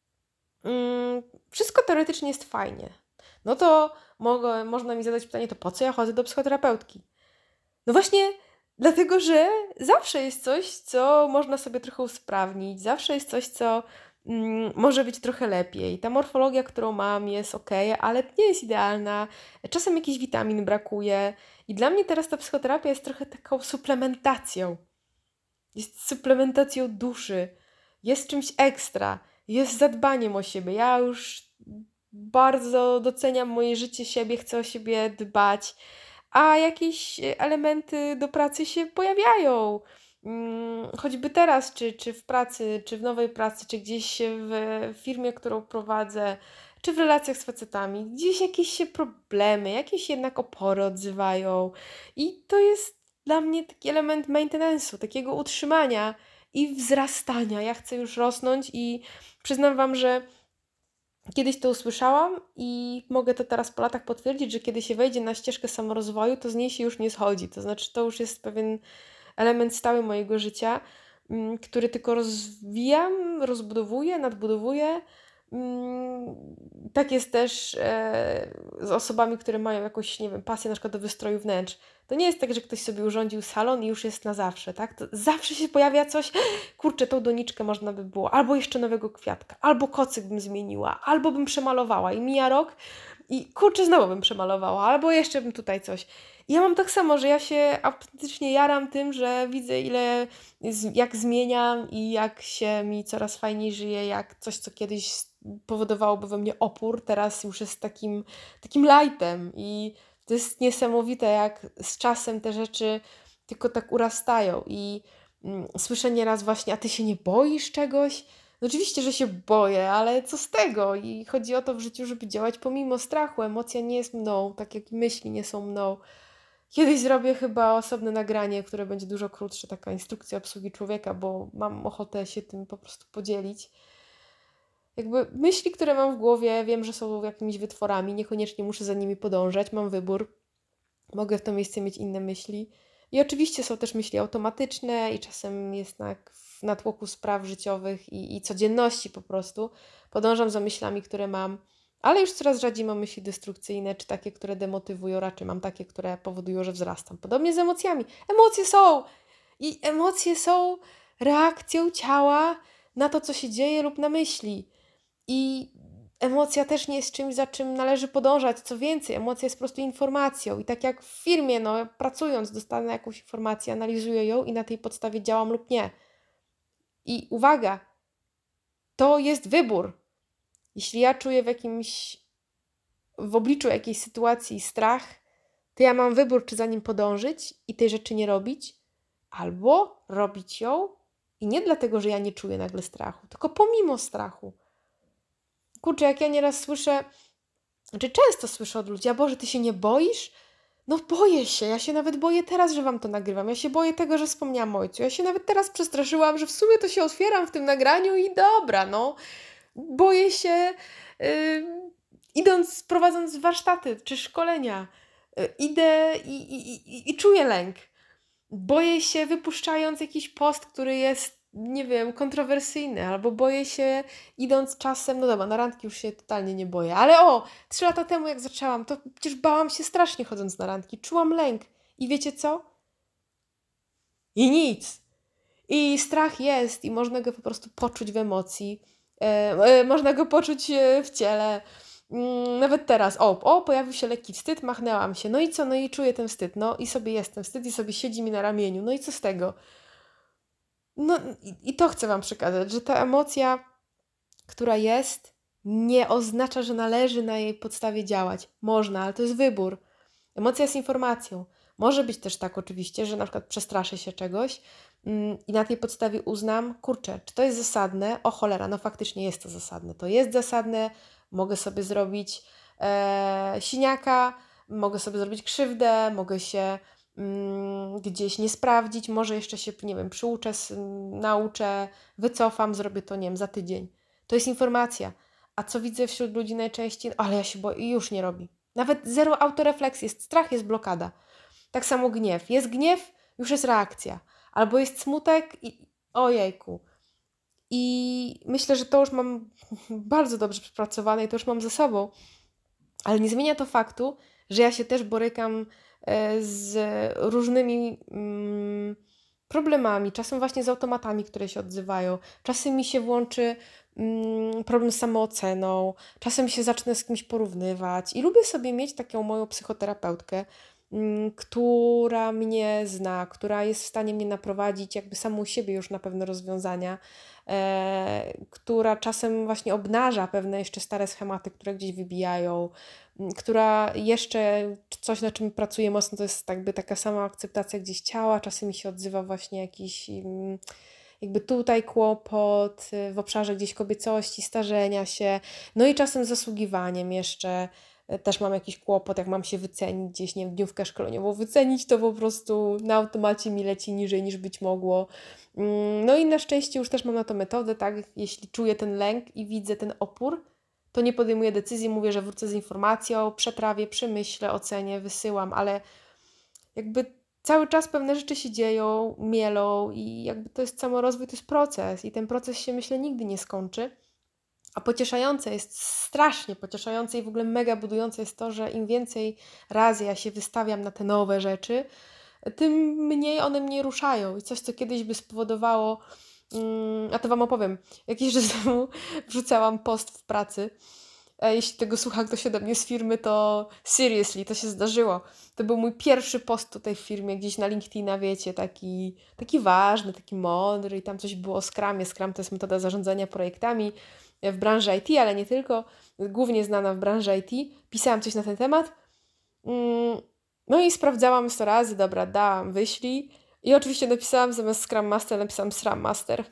wszystko teoretycznie jest fajnie. No to można mi zadać pytanie, to po co ja chodzę do psychoterapeutki? No właśnie dlatego, że zawsze jest coś, co można sobie trochę usprawnić, zawsze jest coś, co może być trochę lepiej. Ta morfologia, którą mam, jest okej, ale nie jest idealna. Czasem jakichś witamin brakuje. I dla mnie teraz ta psychoterapia jest trochę taką suplementacją. Jest suplementacją duszy. Jest czymś ekstra. Jest zadbaniem o siebie. Ja już bardzo doceniam moje życie, siebie, chcę o siebie dbać, a jakieś elementy do pracy się pojawiają. Choćby teraz, czy w pracy, czy w nowej pracy, czy gdzieś w firmie, którą prowadzę, czy w relacjach z facetami, gdzieś jakieś się problemy, jakieś jednak opory odzywają. I to jest dla mnie taki element maintenance'u, takiego utrzymania i wzrastania. Ja chcę już rosnąć i przyznam Wam, że kiedyś to usłyszałam i mogę to teraz po latach potwierdzić, że kiedy się wejdzie na ścieżkę samorozwoju, to z niej się już nie schodzi. To znaczy, to już jest pewien element stały mojego życia, który tylko rozwijam, rozbudowuję, nadbudowuję. Tak jest też z osobami, które mają jakąś, nie wiem, pasję na przykład do wystroju wnętrz. To nie jest tak, że ktoś sobie urządził salon i już jest na zawsze, tak? To zawsze się pojawia coś, kurczę, tą doniczkę można by było, albo jeszcze nowego kwiatka, albo kocyk bym zmieniła, albo bym przemalowała i mija rok i kurczę, znowu bym przemalowała, albo jeszcze bym tutaj coś. I ja mam tak samo, że ja się autentycznie jaram tym, że widzę jak zmieniam i jak się mi coraz fajniej żyje, jak coś, co kiedyś powodowałoby we mnie opór, teraz już jest takim lightem i to jest niesamowite, jak z czasem te rzeczy tylko tak urastają i słyszę nieraz właśnie, a ty się nie boisz czegoś? No oczywiście, że się boję, ale co z tego? I chodzi o to w życiu, żeby działać pomimo strachu. Emocja nie jest mną, tak jak i myśli nie są mną. Kiedyś zrobię chyba osobne nagranie, które będzie dużo krótsze, taka instrukcja obsługi człowieka, bo mam ochotę się tym po prostu podzielić. Jakby myśli, które mam w głowie, wiem, że są jakimiś wytworami, niekoniecznie muszę za nimi podążać, mam wybór. Mogę w to miejsce mieć inne myśli. I oczywiście są też myśli automatyczne i czasem jest w natłoku spraw życiowych i codzienności po prostu. Podążam za myślami, które mam, ale już coraz rzadziej mam myśli destrukcyjne, czy takie, które demotywują, raczej mam takie, które powodują, że wzrastam. Podobnie z emocjami. Emocje są! I emocje są reakcją ciała na to, co się dzieje lub na myśli. I emocja też nie jest czymś, za czym należy podążać. Co więcej, emocja jest po prostu informacją. I tak jak w firmie, no, pracując, dostanę jakąś informację, analizuję ją i na tej podstawie działam lub nie. I uwaga, to jest wybór. Jeśli ja czuję w obliczu jakiejś sytuacji strach, to ja mam wybór, czy za nim podążyć i tej rzeczy nie robić, albo robić ją i nie dlatego, że ja nie czuję nagle strachu, tylko pomimo strachu. Kurczę, jak ja nieraz słyszę, często słyszę od ludzi, a Boże, ty się nie boisz? No boję się, ja się nawet boję teraz, że wam to nagrywam, ja się boję tego, że wspomniałam o ojcu, ja się nawet teraz przestraszyłam, że w sumie to się otwieram w tym nagraniu i dobra, no. Boję się, prowadząc warsztaty czy szkolenia, idę i czuję lęk. Boję się wypuszczając jakiś post, który jest, nie wiem, kontrowersyjny, albo boję się idąc czasem, no dobra, na randki już się totalnie nie boję, ale 3 lata temu jak zaczęłam, to przecież bałam się strasznie chodząc na randki, czułam lęk. I wiecie co? I nic. I strach jest i można go po prostu poczuć w emocji, można go poczuć w ciele. Nawet teraz, pojawił się lekki wstyd, machnęłam się, no i co, no i czuję ten wstyd, no i sobie jest ten wstyd i sobie siedzi mi na ramieniu, no i co z tego? No i to chcę wam przekazać, że ta emocja, która jest, nie oznacza, że należy na jej podstawie działać. Można, ale to jest wybór. Emocja jest informacją. Może być też tak oczywiście, że na przykład przestraszę się czegoś i na tej podstawie uznam, kurczę, czy to jest zasadne? O cholera, no faktycznie jest to zasadne. To jest zasadne, mogę sobie zrobić siniaka, mogę sobie zrobić krzywdę, mogę się gdzieś nie sprawdzić, może jeszcze się, nie wiem, przyuczę, nauczę, wycofam, zrobię to, nie wiem, za tydzień. To jest informacja. A co widzę wśród ludzi najczęściej? Ale ja się boję i już nie robi. Nawet zero autorefleksji, jest strach, jest blokada. Tak samo gniew. Jest gniew, już jest reakcja. Albo jest smutek i ojejku. I myślę, że to już mam bardzo dobrze przepracowane i to już mam ze sobą. Ale nie zmienia to faktu, że ja się też borykam z różnymi problemami, czasem właśnie z automatami, które się odzywają. Czasem mi się włączy problem z samooceną, czasem się zacznę z kimś porównywać i lubię sobie mieć taką moją psychoterapeutkę, która mnie zna, która jest w stanie mnie naprowadzić jakby samą siebie już na pewne rozwiązania, która czasem właśnie obnaża pewne jeszcze stare schematy, które gdzieś wybijają, która jeszcze coś, na czym pracuję mocno, to jest jakby taka sama akceptacja gdzieś ciała, czasem mi się odzywa właśnie jakiś jakby tutaj kłopot w obszarze gdzieś kobiecości, starzenia się, no i czasem z zasługiwaniem jeszcze też mam jakiś kłopot, jak mam się wycenić gdzieś, nie wiem, dniówkę szkoleniową wycenić, to po prostu na automacie mi leci niżej niż być mogło. No i na szczęście już też mam na to metodę, tak, jeśli czuję ten lęk i widzę ten opór, to nie podejmuję decyzji, mówię, że wrócę z informacją, przetrawię, przemyślę, ocenię, wysyłam, ale jakby cały czas pewne rzeczy się dzieją, mielą i jakby to jest samorozwój, to jest proces i ten proces się, myślę, nigdy nie skończy. A pocieszające jest, strasznie pocieszające i w ogóle mega budujące jest to, że im więcej razy ja się wystawiam na te nowe rzeczy, tym mniej one mnie ruszają. I coś, co kiedyś by spowodowało, a to Wam opowiem, jakiś czas temu wrzucałam post w pracy. Jeśli tego słucha ktoś ode mnie z firmy, to seriously, to się zdarzyło. To był mój pierwszy post tutaj w firmie, gdzieś na LinkedIna, wiecie, taki ważny, taki mądry i tam coś było o Scrumie. Scrum to jest metoda zarządzania projektami w branży IT, ale nie tylko, głównie znana w branży IT. Pisałam coś na ten temat. No i sprawdzałam 100 razy, dobra, dałam, wyślij. I oczywiście napisałam zamiast Scrum Master, napisałam Sram Master.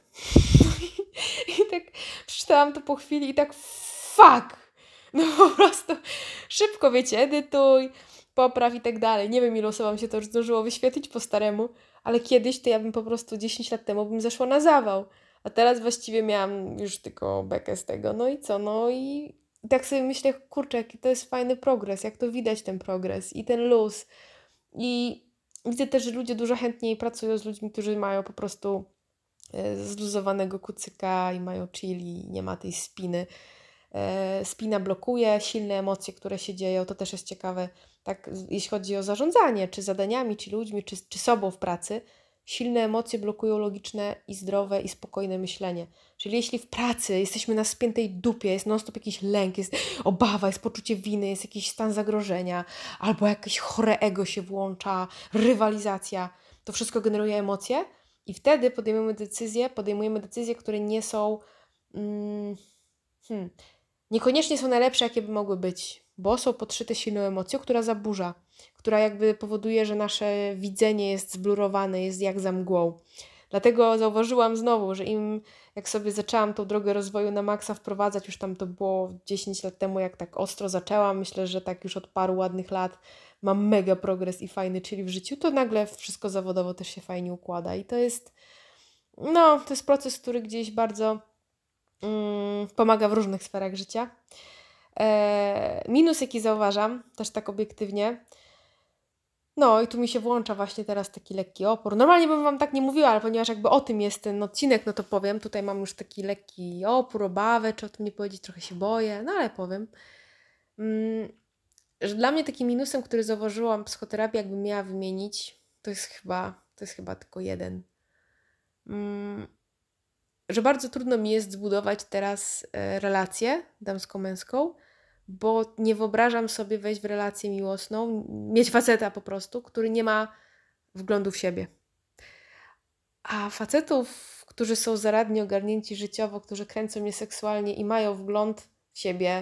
I tak przeczytałam to po chwili i tak fuck! No po prostu szybko, wiecie, edytuj, popraw i tak dalej. Nie wiem, ilu osobom się to już zdążyło wyświetlić po staremu, ale kiedyś to ja bym po prostu 10 lat temu bym zeszła na zawał. A teraz właściwie miałam już tylko bekę z tego. No i co? No i tak sobie myślę, kurczę, jaki to jest fajny progres, jak to widać ten progres i ten luz. I widzę też, że ludzie dużo chętniej pracują z ludźmi, którzy mają po prostu zluzowanego kucyka i mają chili, nie ma tej spiny. Spina blokuje silne emocje, które się dzieją. To też jest ciekawe, tak, jeśli chodzi o zarządzanie, czy zadaniami, czy ludźmi, czy sobą w pracy. Silne emocje blokują logiczne i zdrowe i spokojne myślenie. Czyli jeśli w pracy jesteśmy na spiętej dupie, jest non-stop jakiś lęk, jest obawa, jest poczucie winy, jest jakiś stan zagrożenia, albo jakieś chore ego się włącza, rywalizacja, to wszystko generuje emocje i wtedy podejmujemy decyzje, które nie są niekoniecznie są najlepsze, jakie by mogły być, bo są podszyte silną emocją, która zaburza, która jakby powoduje, że nasze widzenie jest zblurowane, jest jak za mgłą. Dlatego zauważyłam znowu, że jak sobie zaczęłam tą drogę rozwoju na maksa wprowadzać, już tam to było 10 lat temu, jak tak ostro zaczęłam, myślę, że tak już od paru ładnych lat mam mega progres i fajny, czyli w życiu, to nagle wszystko zawodowo też się fajnie układa i to jest proces, który gdzieś bardzo pomaga w różnych sferach życia. Minus, jaki zauważam, też tak obiektywnie, no i tu mi się włącza właśnie teraz taki lekki opór. Normalnie bym Wam tak nie mówiła, ale ponieważ jakby o tym jest ten odcinek, no to powiem. Tutaj mam już taki lekki opór, obawę, czy o tym nie powiedzieć, trochę się boję, no ale powiem. Że dla mnie takim minusem, który zauważyłam w psychoterapii, jakbym miała wymienić, to jest chyba tylko jeden. Że bardzo trudno mi jest zbudować teraz relację damsko-męską, bo nie wyobrażam sobie wejść w relację miłosną, mieć faceta po prostu, który nie ma wglądu w siebie. A facetów, którzy są zaradnie ogarnięci życiowo, którzy kręcą mnie seksualnie i mają wgląd w siebie,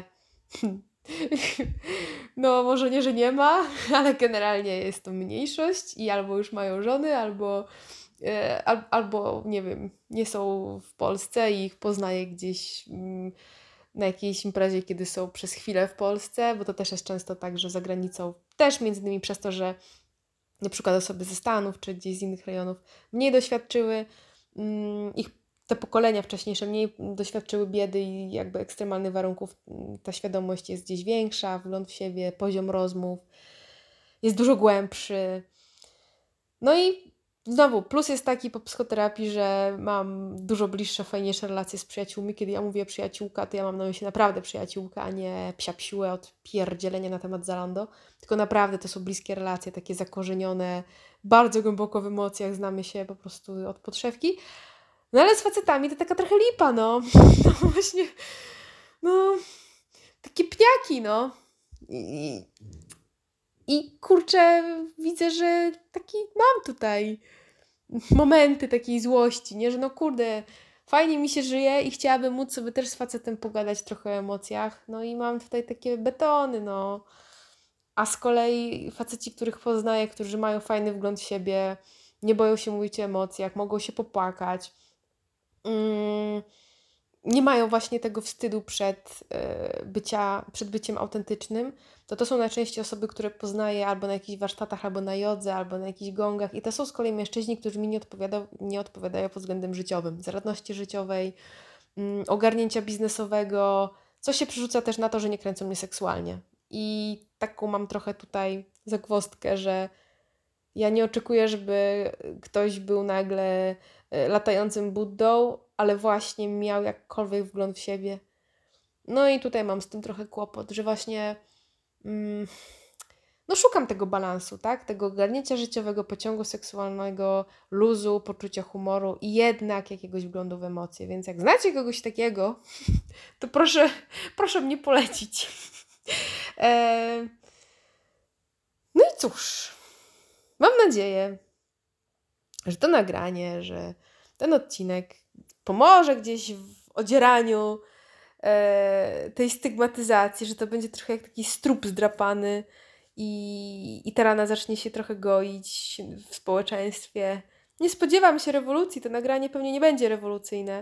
no może nie, że nie ma, ale generalnie jest to mniejszość i albo już mają żony, albo nie wiem, nie są w Polsce i ich poznaję gdzieś na jakiejś imprezie, kiedy są przez chwilę w Polsce, bo to też jest często tak, że za granicą też między innymi przez to, że na przykład osoby ze Stanów czy gdzieś z innych rejonów mniej doświadczyły, te pokolenia wcześniejsze mniej doświadczyły biedy i jakby ekstremalnych warunków, ta świadomość jest gdzieś większa, wgląd w siebie, poziom rozmów jest dużo głębszy. No i znowu, plus jest taki po psychoterapii, że mam dużo bliższe, fajniejsze relacje z przyjaciółmi. Kiedy ja mówię przyjaciółka, to ja mam na myśli naprawdę przyjaciółka, a nie psia-psiłę od pierdzielenia na temat Zalando. Tylko naprawdę to są bliskie relacje, takie zakorzenione bardzo głęboko w emocjach, znamy się po prostu od podszewki. No ale z facetami to taka trochę lipa, no. No właśnie, no, takie pniaki, no. I, i kurczę, widzę, że taki mam tutaj momenty takiej złości, nie? Że no kurde, fajnie mi się żyje i chciałabym móc sobie też z facetem pogadać trochę o emocjach. No i mam tutaj takie betony, no. A z kolei faceci, których poznaję, którzy mają fajny wgląd w siebie, nie boją się mówić o emocjach, mogą się popłakać, mm, nie mają właśnie tego wstydu przed byciem autentycznym, to są najczęściej osoby, które poznaję albo na jakichś warsztatach, albo na jodze, albo na jakichś gongach. I to są z kolei mężczyźni, którzy mi nie odpowiadają pod względem życiowym, zaradności życiowej, ogarnięcia biznesowego, co się przerzuca też na to, że nie kręcą mnie seksualnie. I taką mam trochę tutaj zagwozdkę, że ja nie oczekuję, żeby ktoś był nagle latającym Buddą, ale właśnie miał jakkolwiek wgląd w siebie. No i tutaj mam z tym trochę kłopot, że właśnie no szukam tego balansu, tak? Tego ogarnięcia życiowego, pociągu seksualnego, luzu, poczucia humoru i jednak jakiegoś wglądu w emocje. Więc jak znacie kogoś takiego, to proszę mnie polecić. No i cóż, mam nadzieję, że to nagranie, że ten odcinek pomoże gdzieś w odzieraniu tej stygmatyzacji, że to będzie trochę jak taki strup zdrapany i ta rana zacznie się trochę goić w społeczeństwie. Nie spodziewam się rewolucji, to nagranie pewnie nie będzie rewolucyjne.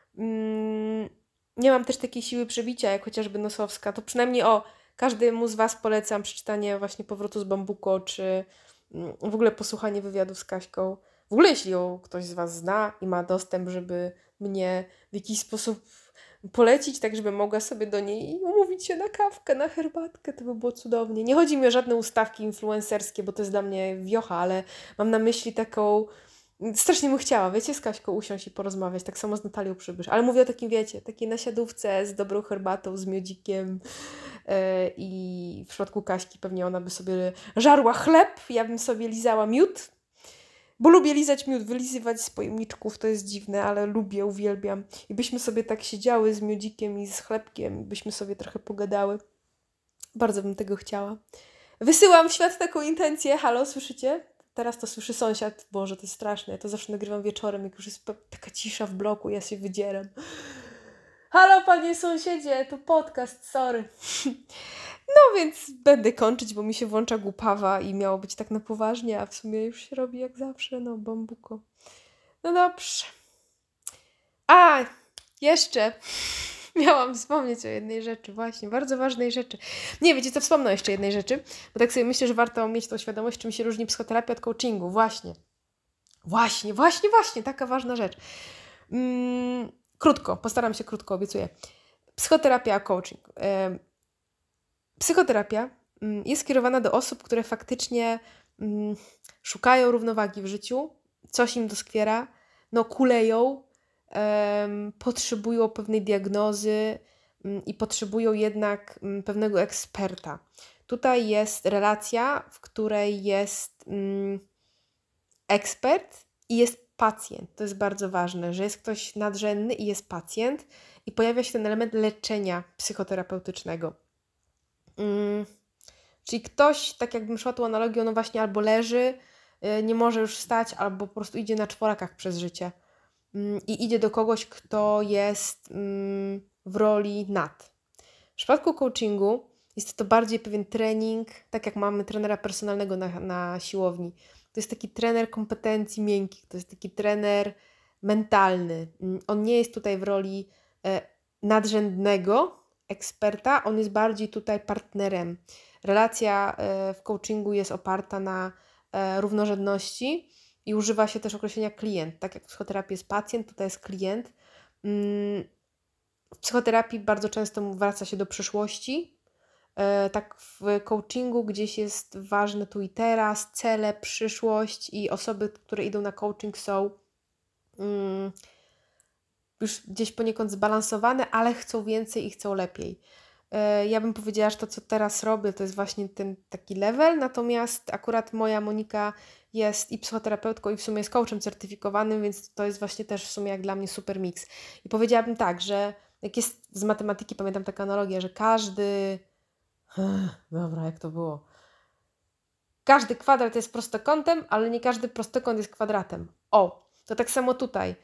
Nie mam też takiej siły przebicia, jak chociażby Nosowska. To przynajmniej każdemu z Was polecam przeczytanie właśnie Powrotu z Bambuko, czy w ogóle posłuchanie wywiadu z Kaśką. W ogóle jeśli ją ktoś z Was zna i ma dostęp, żeby mnie w jakiś sposób polecić, tak żeby mogła sobie do niej umówić się na kawkę, na herbatkę, to by było cudownie. Nie chodzi mi o żadne ustawki influencerskie, bo to jest dla mnie wiocha, ale mam na myśli taką... Strasznie bym chciała, wiecie, z Kaśką usiąść i porozmawiać, tak samo z Natalią Przybysz. Ale mówię o takim, wiecie, takiej nasiadówce z dobrą herbatą, z miodzikiem i w przypadku Kaśki pewnie ona by sobie żarła chleb, ja bym sobie lizała miód, bo lubię lizać miód, wylizywać z pojemniczków, to jest dziwne, ale lubię, uwielbiam. I byśmy sobie tak siedziały z miodzikiem i z chlebkiem, byśmy sobie trochę pogadały. Bardzo bym tego chciała. Wysyłam w świat taką intencję. Halo, słyszycie? Teraz to słyszy sąsiad. Boże, to jest straszne. Ja to zawsze nagrywam wieczorem, jak już jest taka cisza w bloku, ja się wydzieram. Halo, panie sąsiedzie, to podcast, sorry. No więc będę kończyć, bo mi się włącza głupawa i miało być tak na poważnie, a w sumie już się robi jak zawsze, no bambuko. No dobrze. A, jeszcze miałam wspomnieć o jednej rzeczy, właśnie, bardzo ważnej rzeczy. Nie, wiecie co, wspomnę jeszcze jednej rzeczy, bo tak sobie myślę, że warto mieć tą świadomość, czym się różni psychoterapia od coachingu. Właśnie, taka ważna rzecz. Krótko, postaram się krótko, obiecuję. Psychoterapia a coaching. Psychoterapia jest skierowana do osób, które faktycznie szukają równowagi w życiu, coś im doskwiera, no kuleją, potrzebują pewnej diagnozy i potrzebują jednak pewnego eksperta. Tutaj jest relacja, w której jest ekspert i jest pacjent. To jest bardzo ważne, że jest ktoś nadrzędny i jest pacjent i pojawia się ten element leczenia psychoterapeutycznego. Czyli ktoś, tak jakbym szła tą analogią, no właśnie albo leży, nie może już wstać, albo po prostu idzie na czworakach przez życie i idzie do kogoś, kto jest w roli nad. W przypadku coachingu jest to bardziej pewien trening, tak jak mamy trenera personalnego na siłowni. To jest taki trener kompetencji miękkich, to jest taki trener mentalny. On nie jest tutaj w roli nadrzędnego eksperta, on jest bardziej tutaj partnerem. Relacja w coachingu jest oparta na równorzędności i używa się też określenia klient. Tak jak w psychoterapii jest pacjent, tutaj jest klient. W psychoterapii bardzo często wraca się do przeszłości. Tak w coachingu gdzieś jest ważne tu i teraz, cele, przyszłość i osoby, które idą na coaching są już gdzieś poniekąd zbalansowane, ale chcą więcej i chcą lepiej. Ja bym powiedziała, że to, co teraz robię, to jest właśnie ten taki level, natomiast akurat moja Monika jest i psychoterapeutką, i w sumie jest coachem certyfikowanym, więc to jest właśnie też w sumie jak dla mnie super mix. I powiedziałabym tak, że jak jest z matematyki, pamiętam taką analogię, że każdy... Dobra, jak to było? Każdy kwadrat jest prostokątem, ale nie każdy prostokąt jest kwadratem. O, to tak samo tutaj.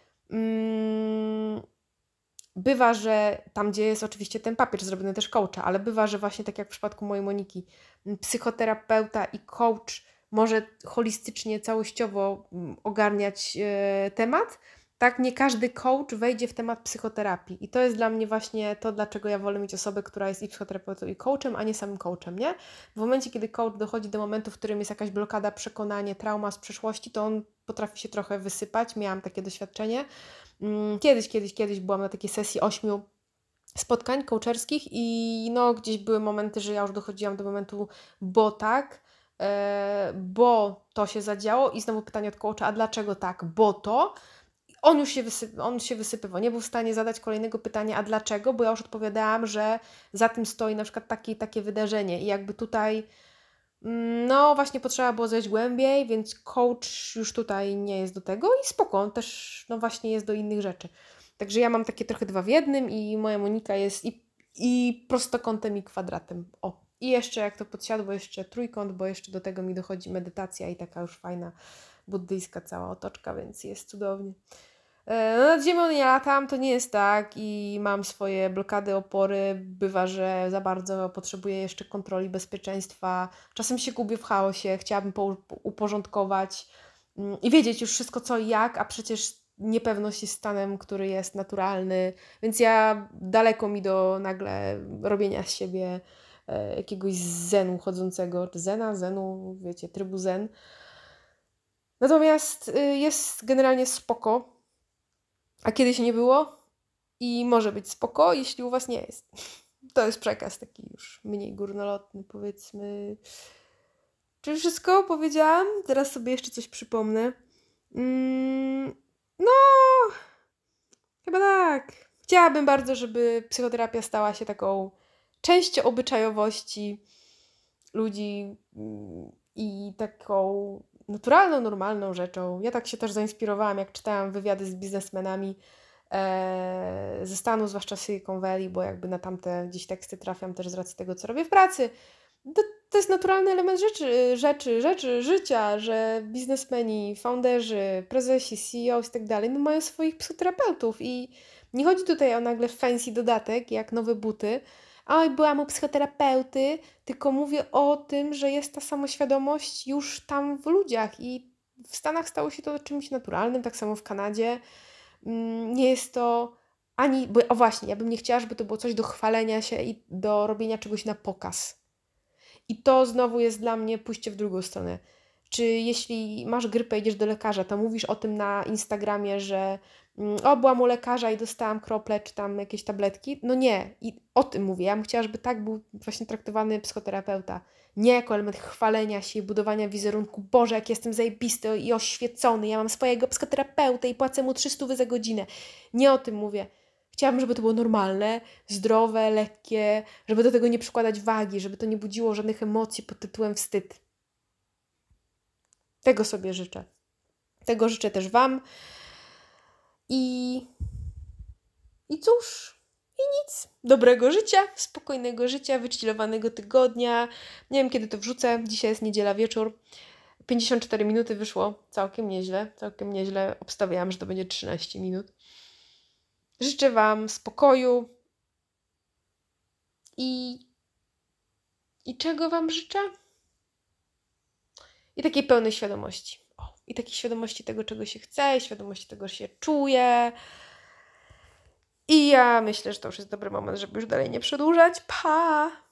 Bywa, że tam, gdzie jest oczywiście ten papier zrobiony też coacha, ale bywa, że właśnie tak jak w przypadku mojej Moniki, psychoterapeuta i coach może holistycznie, całościowo ogarniać temat, tak nie każdy coach wejdzie w temat psychoterapii. I to jest dla mnie właśnie to, dlaczego ja wolę mieć osobę, która jest i psychoterapeutą, i coachem, a nie samym coachem, nie? W momencie, kiedy coach dochodzi do momentu, w którym jest jakaś blokada, przekonanie, trauma z przeszłości, to on potrafi się trochę wysypać. Miałam takie doświadczenie. Kiedyś byłam na takiej sesji 8 spotkań coacherskich i no gdzieś były momenty, że ja już dochodziłam do momentu, bo tak, bo to się zadziało i znowu pytanie od coacha, a dlaczego tak, bo to? On się wysypywał, nie był w stanie zadać kolejnego pytania, a dlaczego, bo ja już odpowiadałam, że za tym stoi na przykład takie wydarzenie i jakby tutaj no właśnie potrzeba było zejść głębiej, więc coach już tutaj nie jest do tego i spoko, on też no właśnie jest do innych rzeczy. Także ja mam takie trochę 2 w 1 i moja Monika jest i prostokątem i kwadratem. O, i jeszcze jak to podsiadło, jeszcze trójkąt, bo jeszcze do tego mi dochodzi medytacja i taka już fajna buddyjska cała otoczka, więc jest cudownie. No nad ziemią nie latam, to nie jest tak i mam swoje blokady, opory. Bywa, że za bardzo potrzebuję jeszcze kontroli bezpieczeństwa. Czasem się gubię w chaosie, chciałabym uporządkować i wiedzieć już wszystko co i jak, a przecież niepewność jest stanem, który jest naturalny, więc ja daleko mi do nagle robienia z siebie jakiegoś zenu chodzącego, czy zenu, wiecie, trybu zen. Natomiast jest generalnie spoko. A kiedyś nie było i może być spoko, jeśli u Was nie jest. To jest przekaz taki już mniej górnolotny, powiedzmy. Czy wszystko powiedziałam? Teraz sobie jeszcze coś przypomnę. No, chyba tak. Chciałabym bardzo, żeby psychoterapia stała się taką częścią obyczajowości ludzi i taką naturalną, normalną rzeczą. Ja tak się też zainspirowałam, jak czytałam wywiady z biznesmenami ze Stanów, zwłaszcza Silicon Valley, bo jakby na tamte gdzieś teksty trafiam też z racji tego, co robię w pracy. To jest naturalny element życia, że biznesmeni, founderzy, prezesi, CEOs i tak dalej, no mają swoich psychoterapeutów i nie chodzi tutaj o nagle fancy dodatek, jak nowe buty, oj, byłam u psychoterapeuty, tylko mówię o tym, że jest ta samoświadomość już tam w ludziach i w Stanach stało się to czymś naturalnym, tak samo w Kanadzie. Nie jest to ani, bo o właśnie, ja bym nie chciała, żeby to było coś do chwalenia się i do robienia czegoś na pokaz. I to znowu jest dla mnie pójście w drugą stronę. Czy jeśli masz grypę, idziesz do lekarza, to mówisz o tym na Instagramie, że byłam u lekarza i dostałam krople, czy tam jakieś tabletki? No nie. I o tym mówię. Ja bym chciała, żeby tak był właśnie traktowany psychoterapeuta. Nie jako element chwalenia się i budowania wizerunku. Boże, jak jestem zajebisty i oświecony. Ja mam swojego psychoterapeutę i płacę mu 300 za godzinę. Nie o tym mówię. Chciałabym, żeby to było normalne, zdrowe, lekkie, żeby do tego nie przykładać wagi, żeby to nie budziło żadnych emocji pod tytułem wstyd. Tego sobie życzę. Tego życzę też Wam. I cóż, i nic. Dobrego życia, spokojnego życia, wychillowanego tygodnia. Nie wiem, kiedy to wrzucę. Dzisiaj jest niedziela wieczór. 54 minuty wyszło. Całkiem nieźle. Całkiem nieźle. Obstawiałam, że to będzie 13 minut. Życzę Wam spokoju. I czego Wam życzę? I takiej pełnej świadomości. I takiej świadomości tego, czego się chce, i świadomości tego, że się czuje. I ja myślę, że to już jest dobry moment, żeby już dalej nie przedłużać. Pa!